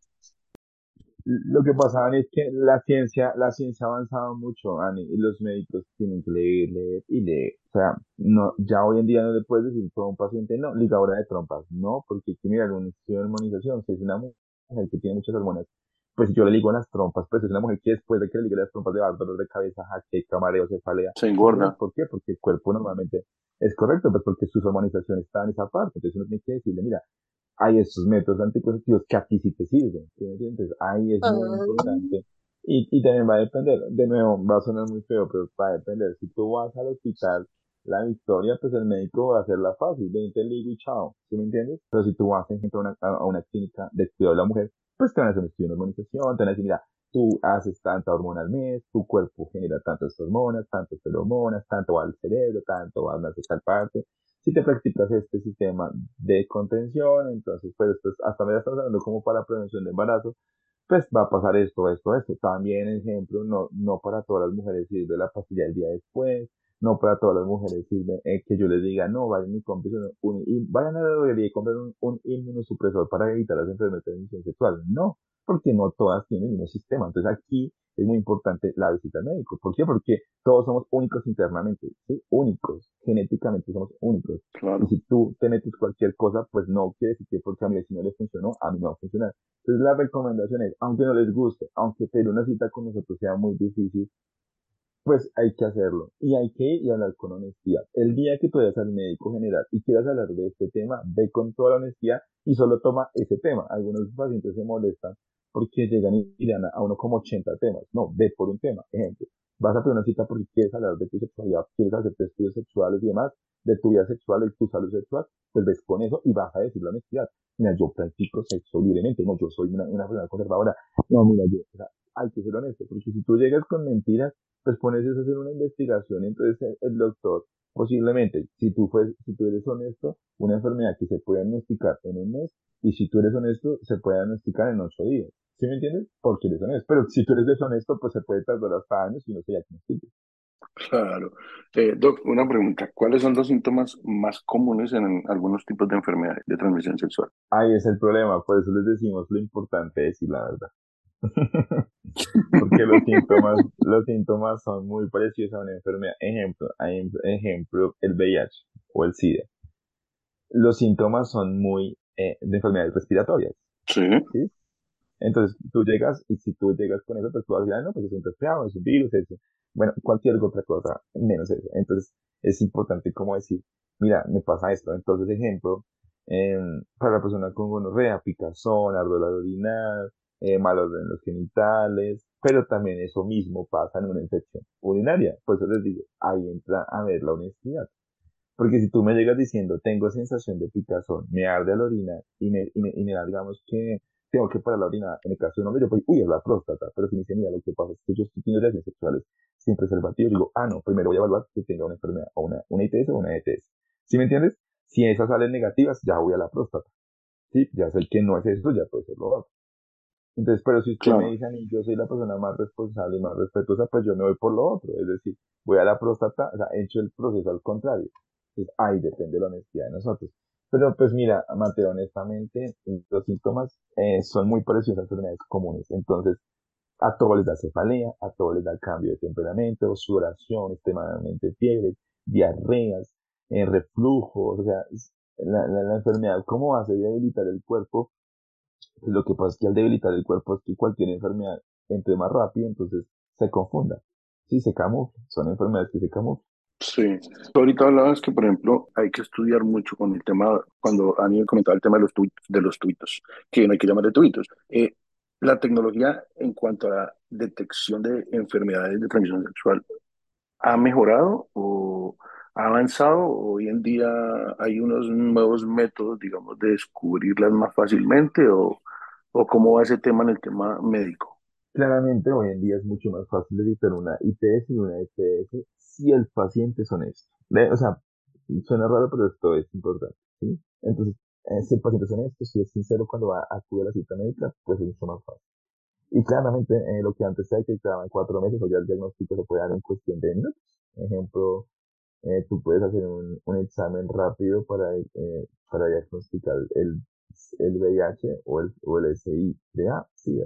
Speaker 3: Lo que pasa, Ani, es que la ciencia, la ciencia ha avanzado mucho, Ani, y los médicos tienen que leer, leer y leer. O sea, no, ya hoy en día no le puedes decir a un paciente, no, ligadura de trompas, no, porque hay que mirar un estudio de hormonización. Si es una mujer que tiene muchas hormonas, pues si yo le ligo las trompas, pues es una mujer que después de que le ligue las trompas le va a dar dolor de cabeza, jaqueca, mareo, cefalea.
Speaker 4: Se
Speaker 3: ¿Sí me entiendes
Speaker 4: engorda.
Speaker 3: por qué? Porque el cuerpo normalmente es correcto, pues porque su hormonización está en esa parte. Entonces uno tiene que decirle, mira, hay estos métodos anticonceptivos que a ti sí te sirven, ¿sí me entiendes? Ahí es muy
Speaker 2: Ah,
Speaker 3: importante. Y, y también va a depender, de nuevo, va a sonar muy feo, pero va a depender. Si tú vas al hospital La Victoria, pues el médico va a hacerla fácil, ven, te ligo y chao, ¿sí me entiendes? Pero si tú vas, por ejemplo, a una, a una clínica de cuidado de la mujer, pues te van a hacer un estudio de hormonización, te van a decir, mira, tú haces tanta hormona al mes, tu cuerpo genera tantas hormonas, tantas feromonas, tanto va al cerebro, tanto va a una tal parte. Si te practicas este sistema de contención, entonces, pues, pues hasta me estamos hablando como para prevención de embarazo, pues va a pasar esto, esto, esto. También, ejemplo, no, no para todas las mujeres sirve la pastilla el día después, no para todas las mujeres sirve eh, que yo les diga, no, vayan y compren un, un- y vayan a la droguería y compren un, un inmunosupresor para evitar las enfermedades de transmisión sexual. No, porque no todas tienen el mismo sistema. Entonces aquí es muy importante la visita al médico. ¿Por qué? Porque todos somos únicos internamente, ¿sí? Únicos, genéticamente somos únicos. Y
Speaker 4: Claro.
Speaker 3: si tú te metes cualquier cosa, pues no quiere decir que porque a mi vecino le funcionó, a mí no va a funcionar. Entonces la recomendación es, aunque no les guste, aunque pedir una cita con nosotros sea muy difícil, pues hay que hacerlo. Y hay que ir y hablar con honestidad. El día que tú vayas al médico general y quieras hablar de este tema, ve con toda la honestidad y solo toma ese tema. Algunos pacientes se molestan porque llegan y y le dan a uno como ochenta temas. No, ve por un tema. Ejemplo, vas a pedir una cita porque quieres hablar de tu sexualidad, quieres hacerte estudios sexuales y demás, de tu vida sexual, de tu salud sexual, pues ves con eso y vas a decir la honestidad. Mira, yo practico sexo libremente, no, yo soy una, una persona conservadora. No, mira, yo, o sea, hay que ser honesto, porque si tú llegas con mentiras, pues pones eso a hacer una investigación, entonces el, el doctor, posiblemente, si tú, fues, si tú eres honesto, una enfermedad que se puede diagnosticar en un mes, y si tú eres honesto, se puede diagnosticar en ocho días. ¿Sí me entiendes? Porque eres honesto. Pero si tú eres deshonesto, pues se puede tardar hasta años y no se diagnostica.
Speaker 4: Claro. Eh, Doc, una pregunta. ¿Cuáles son los síntomas más comunes en algunos tipos de enfermedades de transmisión sexual?
Speaker 3: Ahí es el problema, por eso les decimos lo importante es decir la verdad. Porque los síntomas, los síntomas son muy parecidos a una enfermedad. Ejemplo, hay, ejemplo, el V I H o el SIDA. Los síntomas son muy eh, de enfermedades respiratorias,
Speaker 4: Sí,
Speaker 3: ¿sí? Entonces tú llegas y si tú llegas con eso, pues tú vas a decir, "Ah, no, pues es un resfriado, es un virus, es, bueno, cualquier otra cosa, menos eso". Entonces es importante como decir, mira, me pasa esto. Entonces, ejemplo, em, para la persona con gonorrea, picazón, ardor al orinar, eh, malos en los genitales, pero también eso mismo pasa en una infección urinaria. Por eso les digo, ahí entra a ver la honestidad. Porque si tú me llegas diciendo, tengo sensación de picazón, me arde la orina y me, y me, y me da, digamos, que tengo que parar la orina, en el caso de un hombre, yo pues, uy, es la próstata. Pero si me dice, mira, lo que pasa es que yo estoy teniendo relaciones sexuales sin preservativo, digo, ah, no, primero voy a evaluar que tenga una enfermedad, o una, una I T S o una E T S. ¿Sí me entiendes? Si esas salen negativas, ya voy a la próstata, ¿sí? Ya sé que no es eso, ya puede ser lo otro. Entonces, pero si usted me
Speaker 4: Claro,
Speaker 3: dice a mí, yo soy la persona más responsable y más respetuosa, pues yo me voy por lo otro. Es decir, voy a la próstata, o sea, he hecho el proceso al contrario. Entonces, ahí depende de la honestidad de nosotros. Pero pues mira, Mateo, honestamente, los síntomas eh, son muy parecidos a enfermedades comunes. Entonces, a todos les da cefalea, a todos les da cambio de temperamento, sudoración, extremadamente fiebre, diarreas, eh, reflujos, o sea, es- la, la, la enfermedad, ¿cómo hace debilitar el cuerpo? Pues lo que pasa es que al debilitar el cuerpo es que cualquier enfermedad entre más rápido, entonces se confunda. Sí, se camufla. Son enfermedades que se camuflan.
Speaker 4: sí. Tú ahorita hablabas que, por ejemplo, hay que estudiar mucho con el tema, cuando Ani comentaba el tema de los tuit- de los tuitos, que no hay que llamar de tuitos. Eh, la tecnología en cuanto a la detección de enfermedades de transmisión sexual ha mejorado o ha avanzado. Hoy en día hay unos nuevos métodos, digamos, de descubrirlas más fácilmente o, o cómo va ese tema en el tema médico.
Speaker 3: Claramente, hoy en día es mucho más fácil evitar una I T S y una E T S si el paciente es honesto. Le- O sea, suena raro, pero esto es importante, ¿sí? Entonces, eh, si el paciente es honesto, si es sincero cuando va a acudir a la cita médica, pues es mucho más fácil. Y claramente, eh, lo que antes se detectaba en cuatro meses, o ya el diagnóstico se puede dar en cuestión de minutos. Ejemplo, eh, tú puedes hacer un, un examen rápido para, eh, para diagnosticar el, el V I H o el, o el S I D A, SIDA.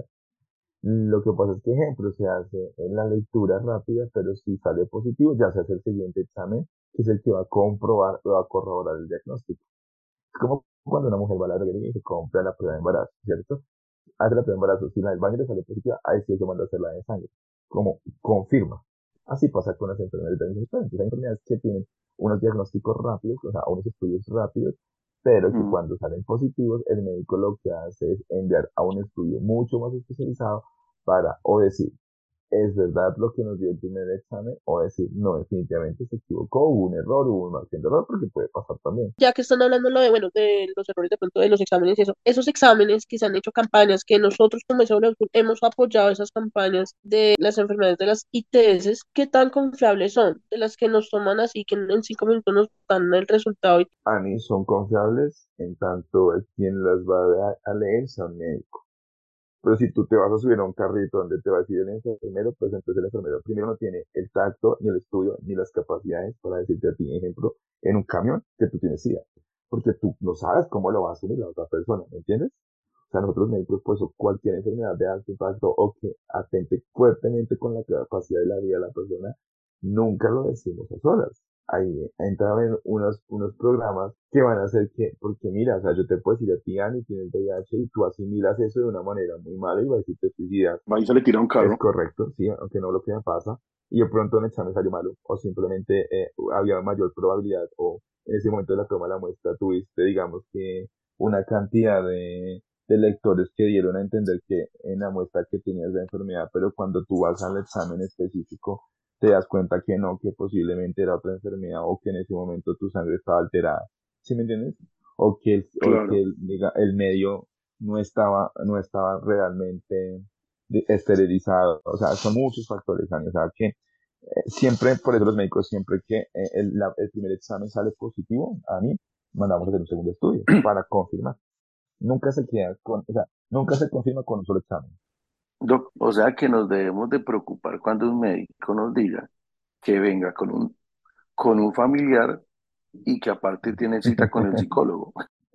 Speaker 3: Lo que pasa es que, ejemplo, se hace en la lectura rápida, pero si sale positivo, ya se hace el siguiente examen, que es el que va a comprobar o va a corroborar el diagnóstico. Es como cuando una mujer va a la droguería y se compra la prueba de embarazo, ¿cierto? Hace la prueba de embarazo, si la del baño le sale positiva, ahí sí hay que mandar a hacer la de sangre, como confirma. Así pasa con las enfermedades de transmisión sexual. Entonces, hay enfermedades que tienen unos diagnósticos rápidos, o sea, unos estudios rápidos, pero que
Speaker 4: Mm.
Speaker 3: cuando salen positivos, el médico lo que hace es enviar a un estudio mucho más especializado para o decir, ¿es verdad lo que nos dio el primer examen? O decir, no, definitivamente se equivocó, hubo un error, hubo un margen de error, porque puede pasar también.
Speaker 2: Ya que están hablando lo de, bueno, de los errores de pronto de los exámenes y eso, esos exámenes que se han hecho campañas, que nosotros como S W hemos apoyado esas campañas de las enfermedades de las I T S, ¿qué tan confiables son? De las que nos toman así, que en cinco minutos nos dan el resultado. Y
Speaker 3: ANI son confiables en tanto el quien las va a, a leer sea un médico. Pero si tú te vas a subir a un carrito donde te va a decir el enfermero, pues entonces el enfermero primero no tiene el tacto, ni el estudio, ni las capacidades para decirte a ti, ejemplo, en un camión que tú tienes SIDA. Porque tú no sabes cómo lo va a asumir la otra persona, ¿me entiendes? O sea, nosotros médicos, pues, o cualquier enfermedad de alto impacto o que atente fuertemente con la capacidad de la vida de la persona, nunca lo decimos a solas. Ahí entran unos, unos programas que van a hacer que, porque mira, o sea, yo te puedo decir a ti, Ani, tienes V I H y tú asimilas eso de una manera muy mala y vas a decir te suicidas.
Speaker 4: Ahí se le tira un
Speaker 3: Es
Speaker 4: carro.
Speaker 3: correcto, sí, aunque no lo que me pasa. Y de pronto un examen salió malo, o simplemente eh, había mayor probabilidad, o en ese momento de la toma de la muestra tuviste, digamos que, una cantidad de, de lectores que dieron a entender que en la muestra que tenías la enfermedad, pero cuando tú vas al examen específico, te das cuenta que no, que posiblemente era otra enfermedad, o que en ese momento tu sangre estaba alterada. ¿Sí me entiendes? O que el, o que
Speaker 4: Claro,
Speaker 3: el, diga, el medio no estaba, no estaba realmente de- esterilizado, o sea, son muchos factores, Dani, o sea, que eh, siempre, por eso los médicos, siempre que eh, el, la- el primer examen sale positivo, a mí, mandamos a hacer un segundo estudio para confirmar. Nunca se queda con, o sea, nunca se confirma con un solo examen.
Speaker 4: Doc, o sea que nos debemos de preocupar cuando un médico nos diga que venga con un, con un familiar y que aparte tiene cita con el psicólogo.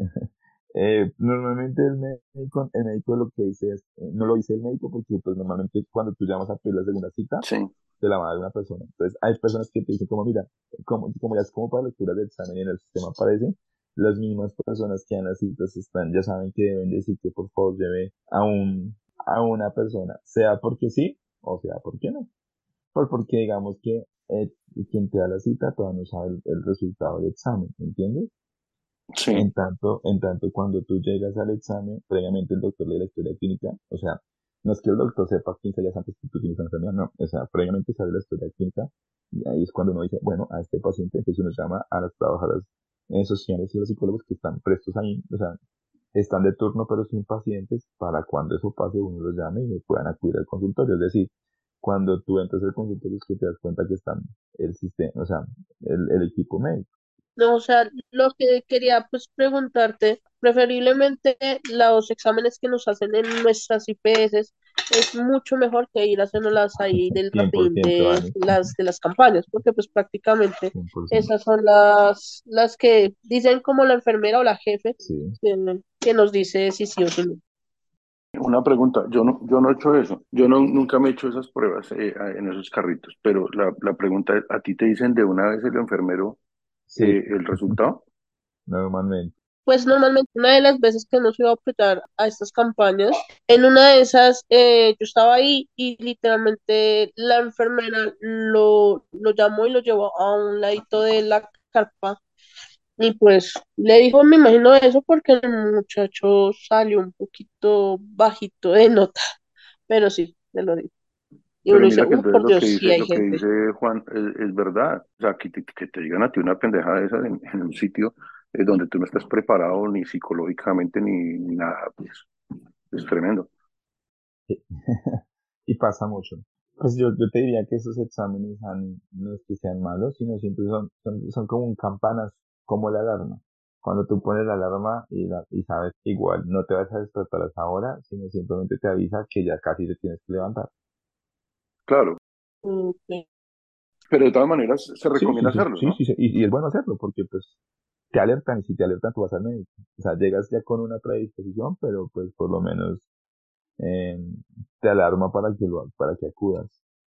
Speaker 3: Eh, normalmente el médico, el médico lo que dice es, eh, no lo dice el médico porque pues normalmente cuando tú llamas a pedir la segunda cita,
Speaker 4: Sí,
Speaker 3: te la va a dar una persona. Entonces hay personas que te dicen como, mira, como, como ya es como para lectura del examen y en el sistema aparece, las mismas personas que dan las citas están, ya saben que deben decir que por favor lleve a un, a una persona, sea porque sí o sea porque no. Por, porque digamos que eh, quien te da la cita todavía no sabe el, el resultado del examen, ¿entiendes?
Speaker 4: sí,
Speaker 3: En tanto, en tanto, cuando tú llegas al examen, previamente el doctor lee la historia clínica, o sea, no es que el doctor sepa quince días antes que tú tienes una enfermedad, no, o sea, previamente sabe la historia clínica, y ahí es cuando uno dice, bueno, a este paciente, entonces uno llama a las trabajadoras eh, sociales y a los psicólogos que están prestos ahí, o sea, están de turno pero sin pacientes, para cuando eso pase uno los llame y puedan acudir al consultorio, es decir, cuando tú entras al consultorio es que te das cuenta que están el sistema, o sea, el, el equipo médico.
Speaker 2: No, o sea, lo que quería pues preguntarte, preferiblemente los exámenes que nos hacen en nuestras I P S es mucho mejor que ir a hacerlas ahí del
Speaker 3: cien por
Speaker 2: rapidín
Speaker 3: ciento
Speaker 2: de
Speaker 3: Dani,
Speaker 2: las de las campañas, porque pues prácticamente
Speaker 3: cien por ciento.
Speaker 2: esas son las las que dicen como la enfermera o la jefe
Speaker 3: Sí.
Speaker 2: que, que nos dice si sí o si no.
Speaker 4: Una pregunta, yo no, yo no he hecho eso, yo no, nunca me he hecho esas pruebas eh, a- en esos carritos, pero la, la pregunta es, ¿a ti te dicen de una vez el enfermero
Speaker 3: Sí,
Speaker 4: eh, el resultado?
Speaker 3: normalmente.
Speaker 2: Pues normalmente una de las veces que nos iba a apretar a estas campañas, en una de esas eh, yo estaba ahí y literalmente la enfermera lo, lo llamó y lo llevó a un ladito de la carpa y pues le dijo, me imagino eso porque el muchacho salió un poquito bajito de nota, pero sí, se lo dijo. Y uno
Speaker 4: Pero
Speaker 2: dice,
Speaker 4: mira que
Speaker 2: uh,
Speaker 4: entonces
Speaker 2: por
Speaker 4: lo que
Speaker 2: Dios, sí
Speaker 4: dice,
Speaker 2: hay
Speaker 4: lo que
Speaker 2: gente.
Speaker 4: dice Juan es, es verdad. O sea, que te, que te digan a ti una pendejada de esas en, en un sitio eh, donde tú no estás preparado ni psicológicamente ni, ni nada, pues es tremendo.
Speaker 3: Sí. Y pasa mucho. Pues yo, yo te diría que esos exámenes, Ani, no es que sean malos, sino siempre son, son, son como un campanas, como la alarma. Cuando tú pones la alarma y, la, y sabes que igual no te vas a despertar a esa hora, sino simplemente te avisa que ya casi te tienes que levantar.
Speaker 4: Claro,
Speaker 2: Ok.
Speaker 4: pero de todas maneras se
Speaker 3: Sí, sí,
Speaker 4: recomienda
Speaker 3: sí,
Speaker 4: hacerlo,
Speaker 3: sí,
Speaker 4: ¿no?
Speaker 3: sí, sí. Y, y es bueno hacerlo porque pues te alertan y si te alertan tú vas al médico. O sea, llegas ya con una predisposición, pero pues por lo menos eh, te alarma para que lo, para que acudas.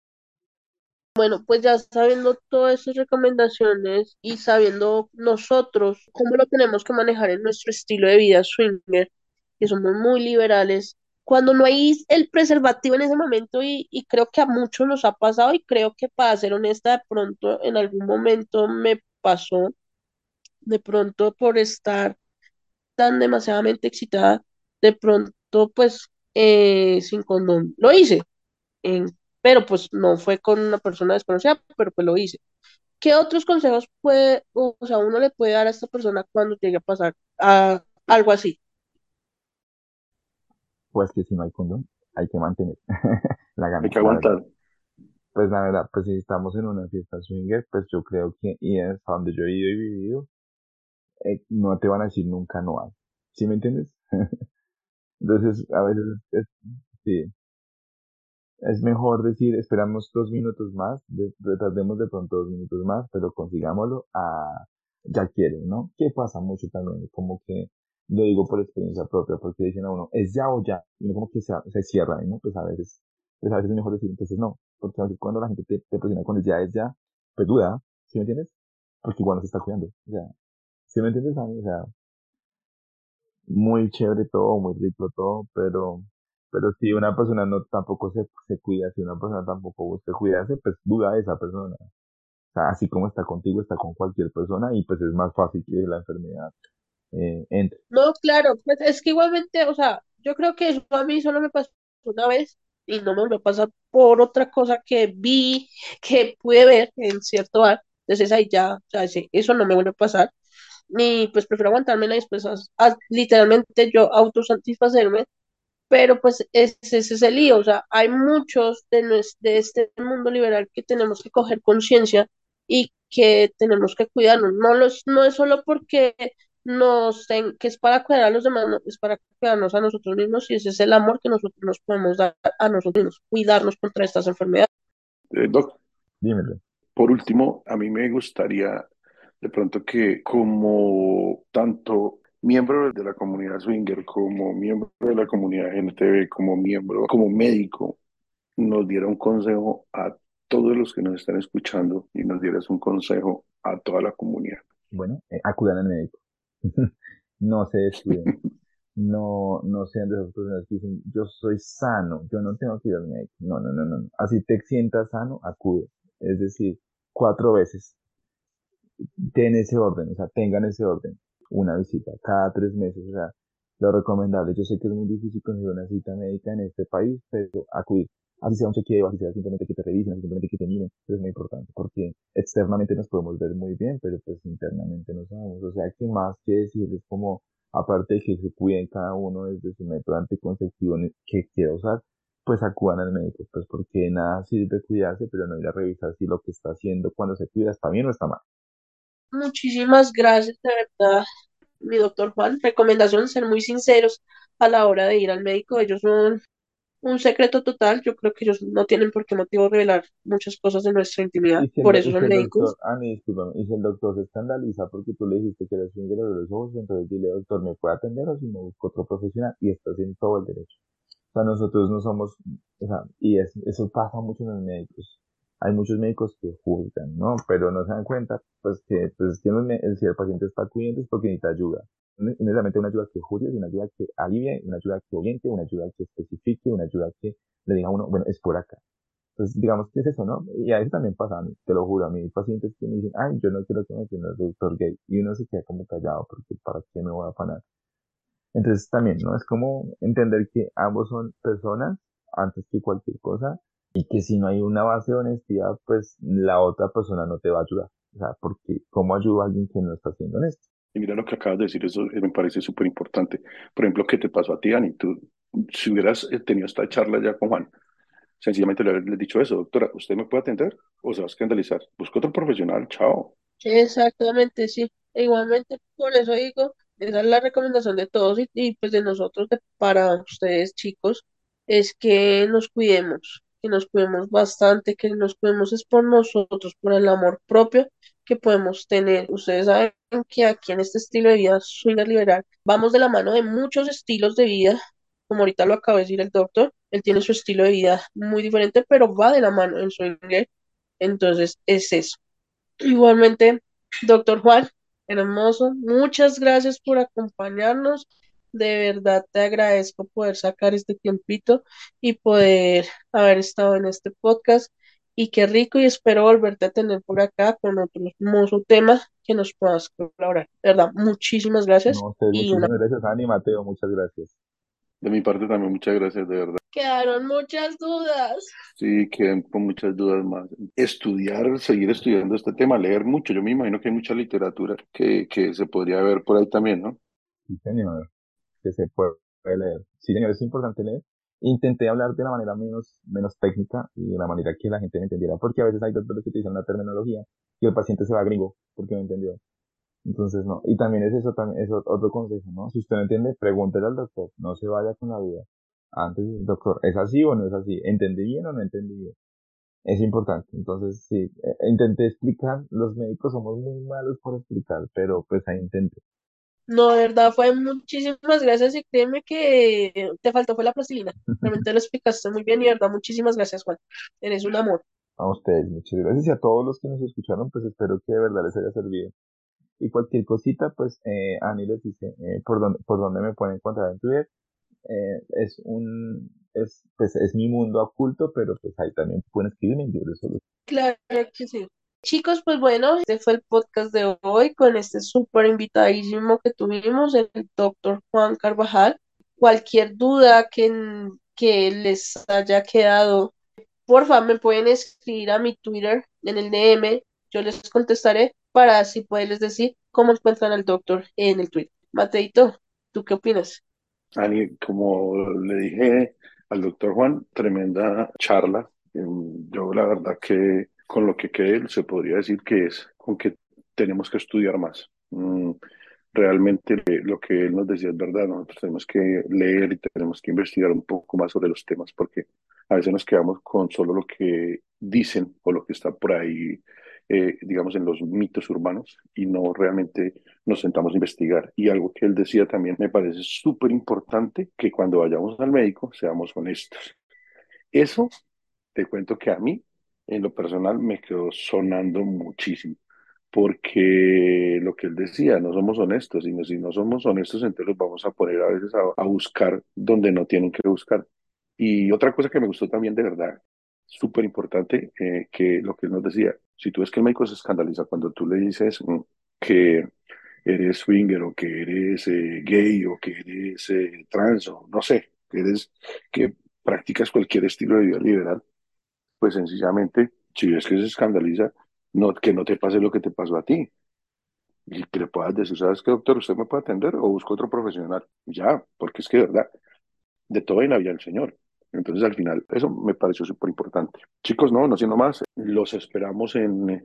Speaker 2: Bueno, pues ya sabiendo todas esas recomendaciones y sabiendo nosotros cómo lo tenemos que manejar en nuestro estilo de vida swinger, que somos muy liberales, cuando no hay el preservativo en ese momento y, y creo que a muchos nos ha pasado y creo que para ser honesta, de pronto en algún momento me pasó, de pronto por estar tan demasiadamente excitada, de pronto pues eh, sin condón lo hice, en- pero pues no fue con una persona desconocida, pero pues lo hice. ¿Qué otros consejos puede, o sea, uno le puede dar a esta persona cuando llegue a pasar a algo así?
Speaker 3: Pues que si no hay condón, hay que mantener la
Speaker 4: Hay
Speaker 3: gana,
Speaker 4: que
Speaker 3: la verdad.
Speaker 4: aguantar.
Speaker 3: Pues la verdad, pues si estamos en una fiesta swinger, pues yo creo que, y hasta donde yo he ido y vivido, eh, no te van a decir nunca no hay. ¿Sí me entiendes? Entonces, a veces es, sí, es mejor decir, esperamos dos minutos más, de- retardemos de pronto dos minutos más, pero consigámoslo a, ya quiero, ¿no? Que pasa mucho también, como que lo digo por experiencia propia, porque dicen a uno, es ya o ya, y uno como que se, se cierra, ¿no? Pues a veces, pues a veces es mejor decir, entonces no, porque a veces cuando la gente te, te presiona con el ya es ya, pues duda, ¿sí me entiendes? Porque igual no se está cuidando, o sea, ¿sí me entiendes, Ani? O sea, muy chévere todo, muy rico todo, pero, pero si una persona no tampoco se, se cuida, si una persona tampoco busca cuidarse, pues duda de esa persona. O sea, así como está contigo, está con cualquier persona y pues es más fácil que la enfermedad eh, entre.
Speaker 2: No, claro, pues es que igualmente, o sea, yo creo que eso a mí solo me pasó una vez y no me volvió a pasar por otra cosa que vi, que pude ver en cierto bar. Entonces ahí ya, o sea, sí, eso no me vuelve a pasar. Ni pues prefiero aguantarme y después a- a- literalmente yo autosatisfacerme, pero pues ese, ese es el lío, o sea, hay muchos de, nues- de este mundo liberal que tenemos que coger conciencia y que tenemos que cuidarnos, no, los, no es solo porque nos ten- que es para cuidar a los demás, no, es para cuidarnos a nosotros mismos y ese es el amor que nosotros nos podemos dar a nosotros mismos, cuidarnos contra estas enfermedades.
Speaker 4: Eh, doc,
Speaker 3: Dímelo.
Speaker 4: por último, a mí me gustaría de pronto que como tanto miembro de la comunidad swinger, como miembro de la comunidad L G T B, como miembro, como médico, nos diera un consejo a todos los que nos están escuchando y nos dieras un consejo a toda la comunidad.
Speaker 3: Bueno, eh, acudan al médico. No se descuiden. No, no sean de esas personas que dicen, yo soy sano, yo no tengo que ir al médico. No, no, no, no. no. Así te sientas sano, acude. Es decir, cuatro veces. ten ese orden, o sea, tengan ese orden, una visita cada tres meses, o sea, lo recomendable, yo sé que es muy difícil conseguir una cita médica en este país, pero acudir, así sea un chequeo, así sea simplemente que te revisen, así simplemente que te miren, pero es muy importante, porque externamente nos podemos ver muy bien, pero pues internamente no sabemos, o sea, que más que decirles como, aparte de que se cuiden cada uno desde su método anticonceptivo que quiera usar, pues acudan al médico, pues porque de nada sirve cuidarse, pero no ir a revisar si lo que está haciendo cuando se cuida está bien o está mal.
Speaker 2: Muchísimas gracias, de verdad, mi doctor Juan. Recomendación, ser muy sinceros a la hora de ir al médico. Ellos son un secreto total. Yo creo que ellos no tienen por qué motivo revelar muchas cosas de nuestra intimidad.
Speaker 3: Y si el,
Speaker 2: Por
Speaker 3: do-
Speaker 2: eso
Speaker 3: y si
Speaker 2: son
Speaker 3: el doctor,
Speaker 2: médicos.
Speaker 3: ah, ni discúlpame, y si el doctor se escandaliza porque tú le dijiste que eres swinger de los ojos, entonces dile, doctor, ¿me puede atender o si me busco otro profesional? Y estás en todo el derecho. O sea, nosotros no somos, o sea, y es- eso pasa mucho en los médicos. Hay muchos médicos que juzgan, ¿no? Pero no se dan cuenta, pues que, pues, que los me- el- si el paciente está acudiendo es porque necesita ayuda. No es necesariamente una ayuda que juzgue, sino una ayuda que alivie, una ayuda que oriente, una ayuda que especifique, una ayuda que le diga a uno, bueno, es por acá. Entonces, digamos que es eso, ¿no? Y a veces también pasa a mí, te lo juro, a mí hay pacientes que me dicen, ay, yo no quiero que me atienda el doctor gay. Y uno se queda como callado, porque ¿para qué me voy a afanar? Entonces también, ¿no? Es como entender que ambos son personas antes que cualquier cosa y que si no hay una base de honestidad, pues la otra persona no te va a ayudar. O sea, porque ¿cómo ayuda a alguien que no está siendo honesto?
Speaker 4: Y mira lo que acabas de decir, eso eh, me parece súper importante. Por ejemplo, ¿qué te pasó a ti, Ani? Tú, si hubieras eh, tenido esta charla ya con Juan, sencillamente le habrías dicho eso, doctora, ¿usted me puede atender o se va a escandalizar? Busca otro profesional, chao.
Speaker 2: Exactamente, sí. E igualmente, por eso digo, esa es la recomendación de todos y, y, pues de nosotros, de- para ustedes chicos, es que nos cuidemos, que nos cuidemos bastante, que nos cuidemos es por nosotros, por el amor propio que podemos tener. Ustedes saben que aquí en este estilo de vida swinger liberal, vamos de la mano de muchos estilos de vida, como ahorita lo acaba de decir el doctor, él tiene su estilo de vida muy diferente, pero va de la mano en swinger, entonces es eso. Igualmente, doctor Juan, hermoso, muchas gracias por acompañarnos. De verdad te agradezco poder sacar este tiempito y poder haber estado en este podcast. Y qué rico y espero volverte a tener por acá con otro hermoso tema que nos puedas colaborar. De verdad, muchísimas gracias.
Speaker 3: No, ustedes,
Speaker 2: Y una...
Speaker 3: muchísimas gracias, Ani, Mateo, muchas gracias.
Speaker 4: De mi parte también muchas gracias, de verdad.
Speaker 2: Quedaron muchas dudas.
Speaker 4: Sí, quedan con muchas dudas más. Estudiar, seguir estudiando este tema, leer mucho. Yo me imagino que hay mucha literatura que, que se podría ver por ahí también, ¿no?
Speaker 3: Sí, señor, que se puede leer. Sí, señor, es importante leer. Intenté hablar de la manera menos, menos técnica y de la manera que la gente me entendiera, porque a veces hay doctores que utilizan una terminología y el paciente se va gringo porque no entendió. Entonces, no. Y también es eso, también es otro consejo, ¿no? Si usted no entiende, pregúntele al doctor, no se vaya con la duda. Antes, doctor, ¿es así o no es así? ¿Entendí bien o no entendí bien? Es importante. Entonces, sí, eh, intenté explicar, los médicos somos muy malos por explicar, pero pues ahí intenté.
Speaker 2: No, de verdad, fue muchísimas gracias y créeme que te faltó fue la plastilina. Realmente lo explicaste muy bien y de verdad, muchísimas gracias, Juan. Eres un amor.
Speaker 3: A ustedes, muchas gracias y a todos los que nos escucharon, pues espero que de verdad les haya servido. Y cualquier cosita, pues eh, Ani les dice eh, por dónde, por dónde me pueden encontrar en Twitter. Eh, es un, es, pues es mi mundo oculto, pero pues ahí también pueden escribirme y yo les solo.
Speaker 2: Claro que sí. Chicos, pues bueno, este fue el podcast de hoy con este súper invitadísimo que tuvimos, el doctor Juan Carvajal. Cualquier duda que, que les haya quedado, porfa, me pueden escribir a mi Twitter en el D M. Yo les contestaré para así poderles decir cómo encuentran al doctor en el Twitter. Mateito, ¿tú qué opinas?
Speaker 4: Ani, como le dije al doctor Juan, tremenda charla. Em, Yo la verdad que con lo que quede se podría decir que es con que tenemos que estudiar más. Mm, Realmente eh, lo que él nos decía es verdad, nosotros tenemos que leer y tenemos que investigar un poco más sobre los temas porque a veces nos quedamos con solo lo que dicen o lo que está por ahí, eh, digamos, en los mitos urbanos y no realmente nos sentamos a investigar. Y algo que él decía también me parece súper importante, que cuando vayamos al médico seamos honestos. Eso te cuento que a mí, en lo personal, me quedó sonando muchísimo, porque lo que él decía, no somos honestos, y no, si no somos honestos, entonces los vamos a poner a veces a, a buscar donde no tienen que buscar. Y otra cosa que me gustó también de verdad, súper importante, eh, que lo que él nos decía, si tú ves que el médico se escandaliza cuando tú le dices mm, que eres swinger o que eres eh, gay o que eres eh, trans o no sé, que eres que practicas cualquier estilo de vida liberal, pues sencillamente, si ves que se escandaliza, no, que no te pase lo que te pasó a ti. Y que le puedas decir, ¿sabes qué, doctor? ¿Usted me puede atender o busco otro profesional? Y ya, porque es que de verdad, de todo en la vida del Señor. Entonces, al final, eso me pareció súper importante. Chicos, no, no siendo más, los esperamos en,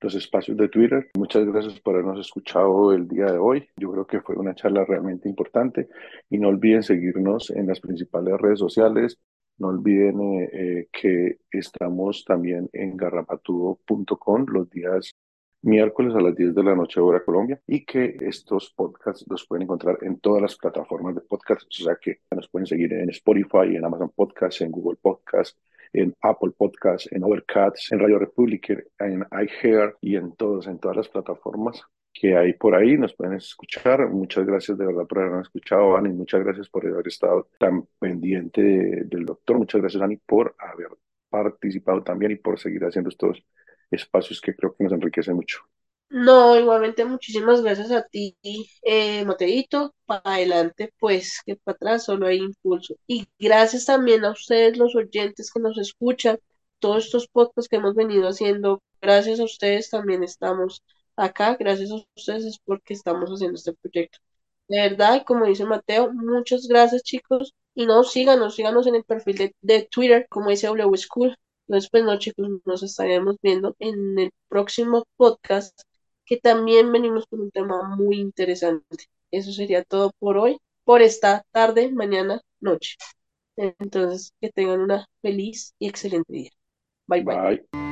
Speaker 4: los espacios de Twitter. Muchas gracias por habernos escuchado el día de hoy. Yo creo que fue una charla realmente importante y no olviden seguirnos en las principales redes sociales. No olviden eh, eh, que estamos también en garrapatudo punto com los días miércoles a las diez de la noche hora Colombia y que estos podcasts los pueden encontrar en todas las plataformas de podcast, o sea que nos pueden seguir en Spotify, en Amazon Podcasts, en Google Podcasts, en Apple Podcasts, en Overcast, en Radio Republic, en iHeart y en todos, en todas las plataformas que hay por ahí, nos pueden escuchar. Muchas gracias de verdad por habernos escuchado, Ani, muchas gracias por haber estado tan pendiente de- del doctor, muchas gracias, Ani, por haber participado también y por seguir haciendo estos espacios que creo que nos enriquecen mucho.
Speaker 2: No, igualmente muchísimas gracias a ti, eh, Mateito. Para adelante, pues que para atrás solo hay impulso. Y gracias también a ustedes, los oyentes que nos escuchan, todos estos podcasts que hemos venido haciendo. Gracias a ustedes también estamos acá. Gracias a ustedes es porque estamos haciendo este proyecto. De verdad, y como dice Mateo, muchas gracias, chicos. Y no, síganos, síganos en el perfil de, de Twitter, como dice W School. Entonces, pues no, chicos, nos estaremos viendo en el próximo podcast que también venimos con un tema muy interesante. Eso sería todo por hoy, por esta tarde, mañana, noche. Entonces, que tengan una feliz y excelente día. Bye bye.
Speaker 4: Bye.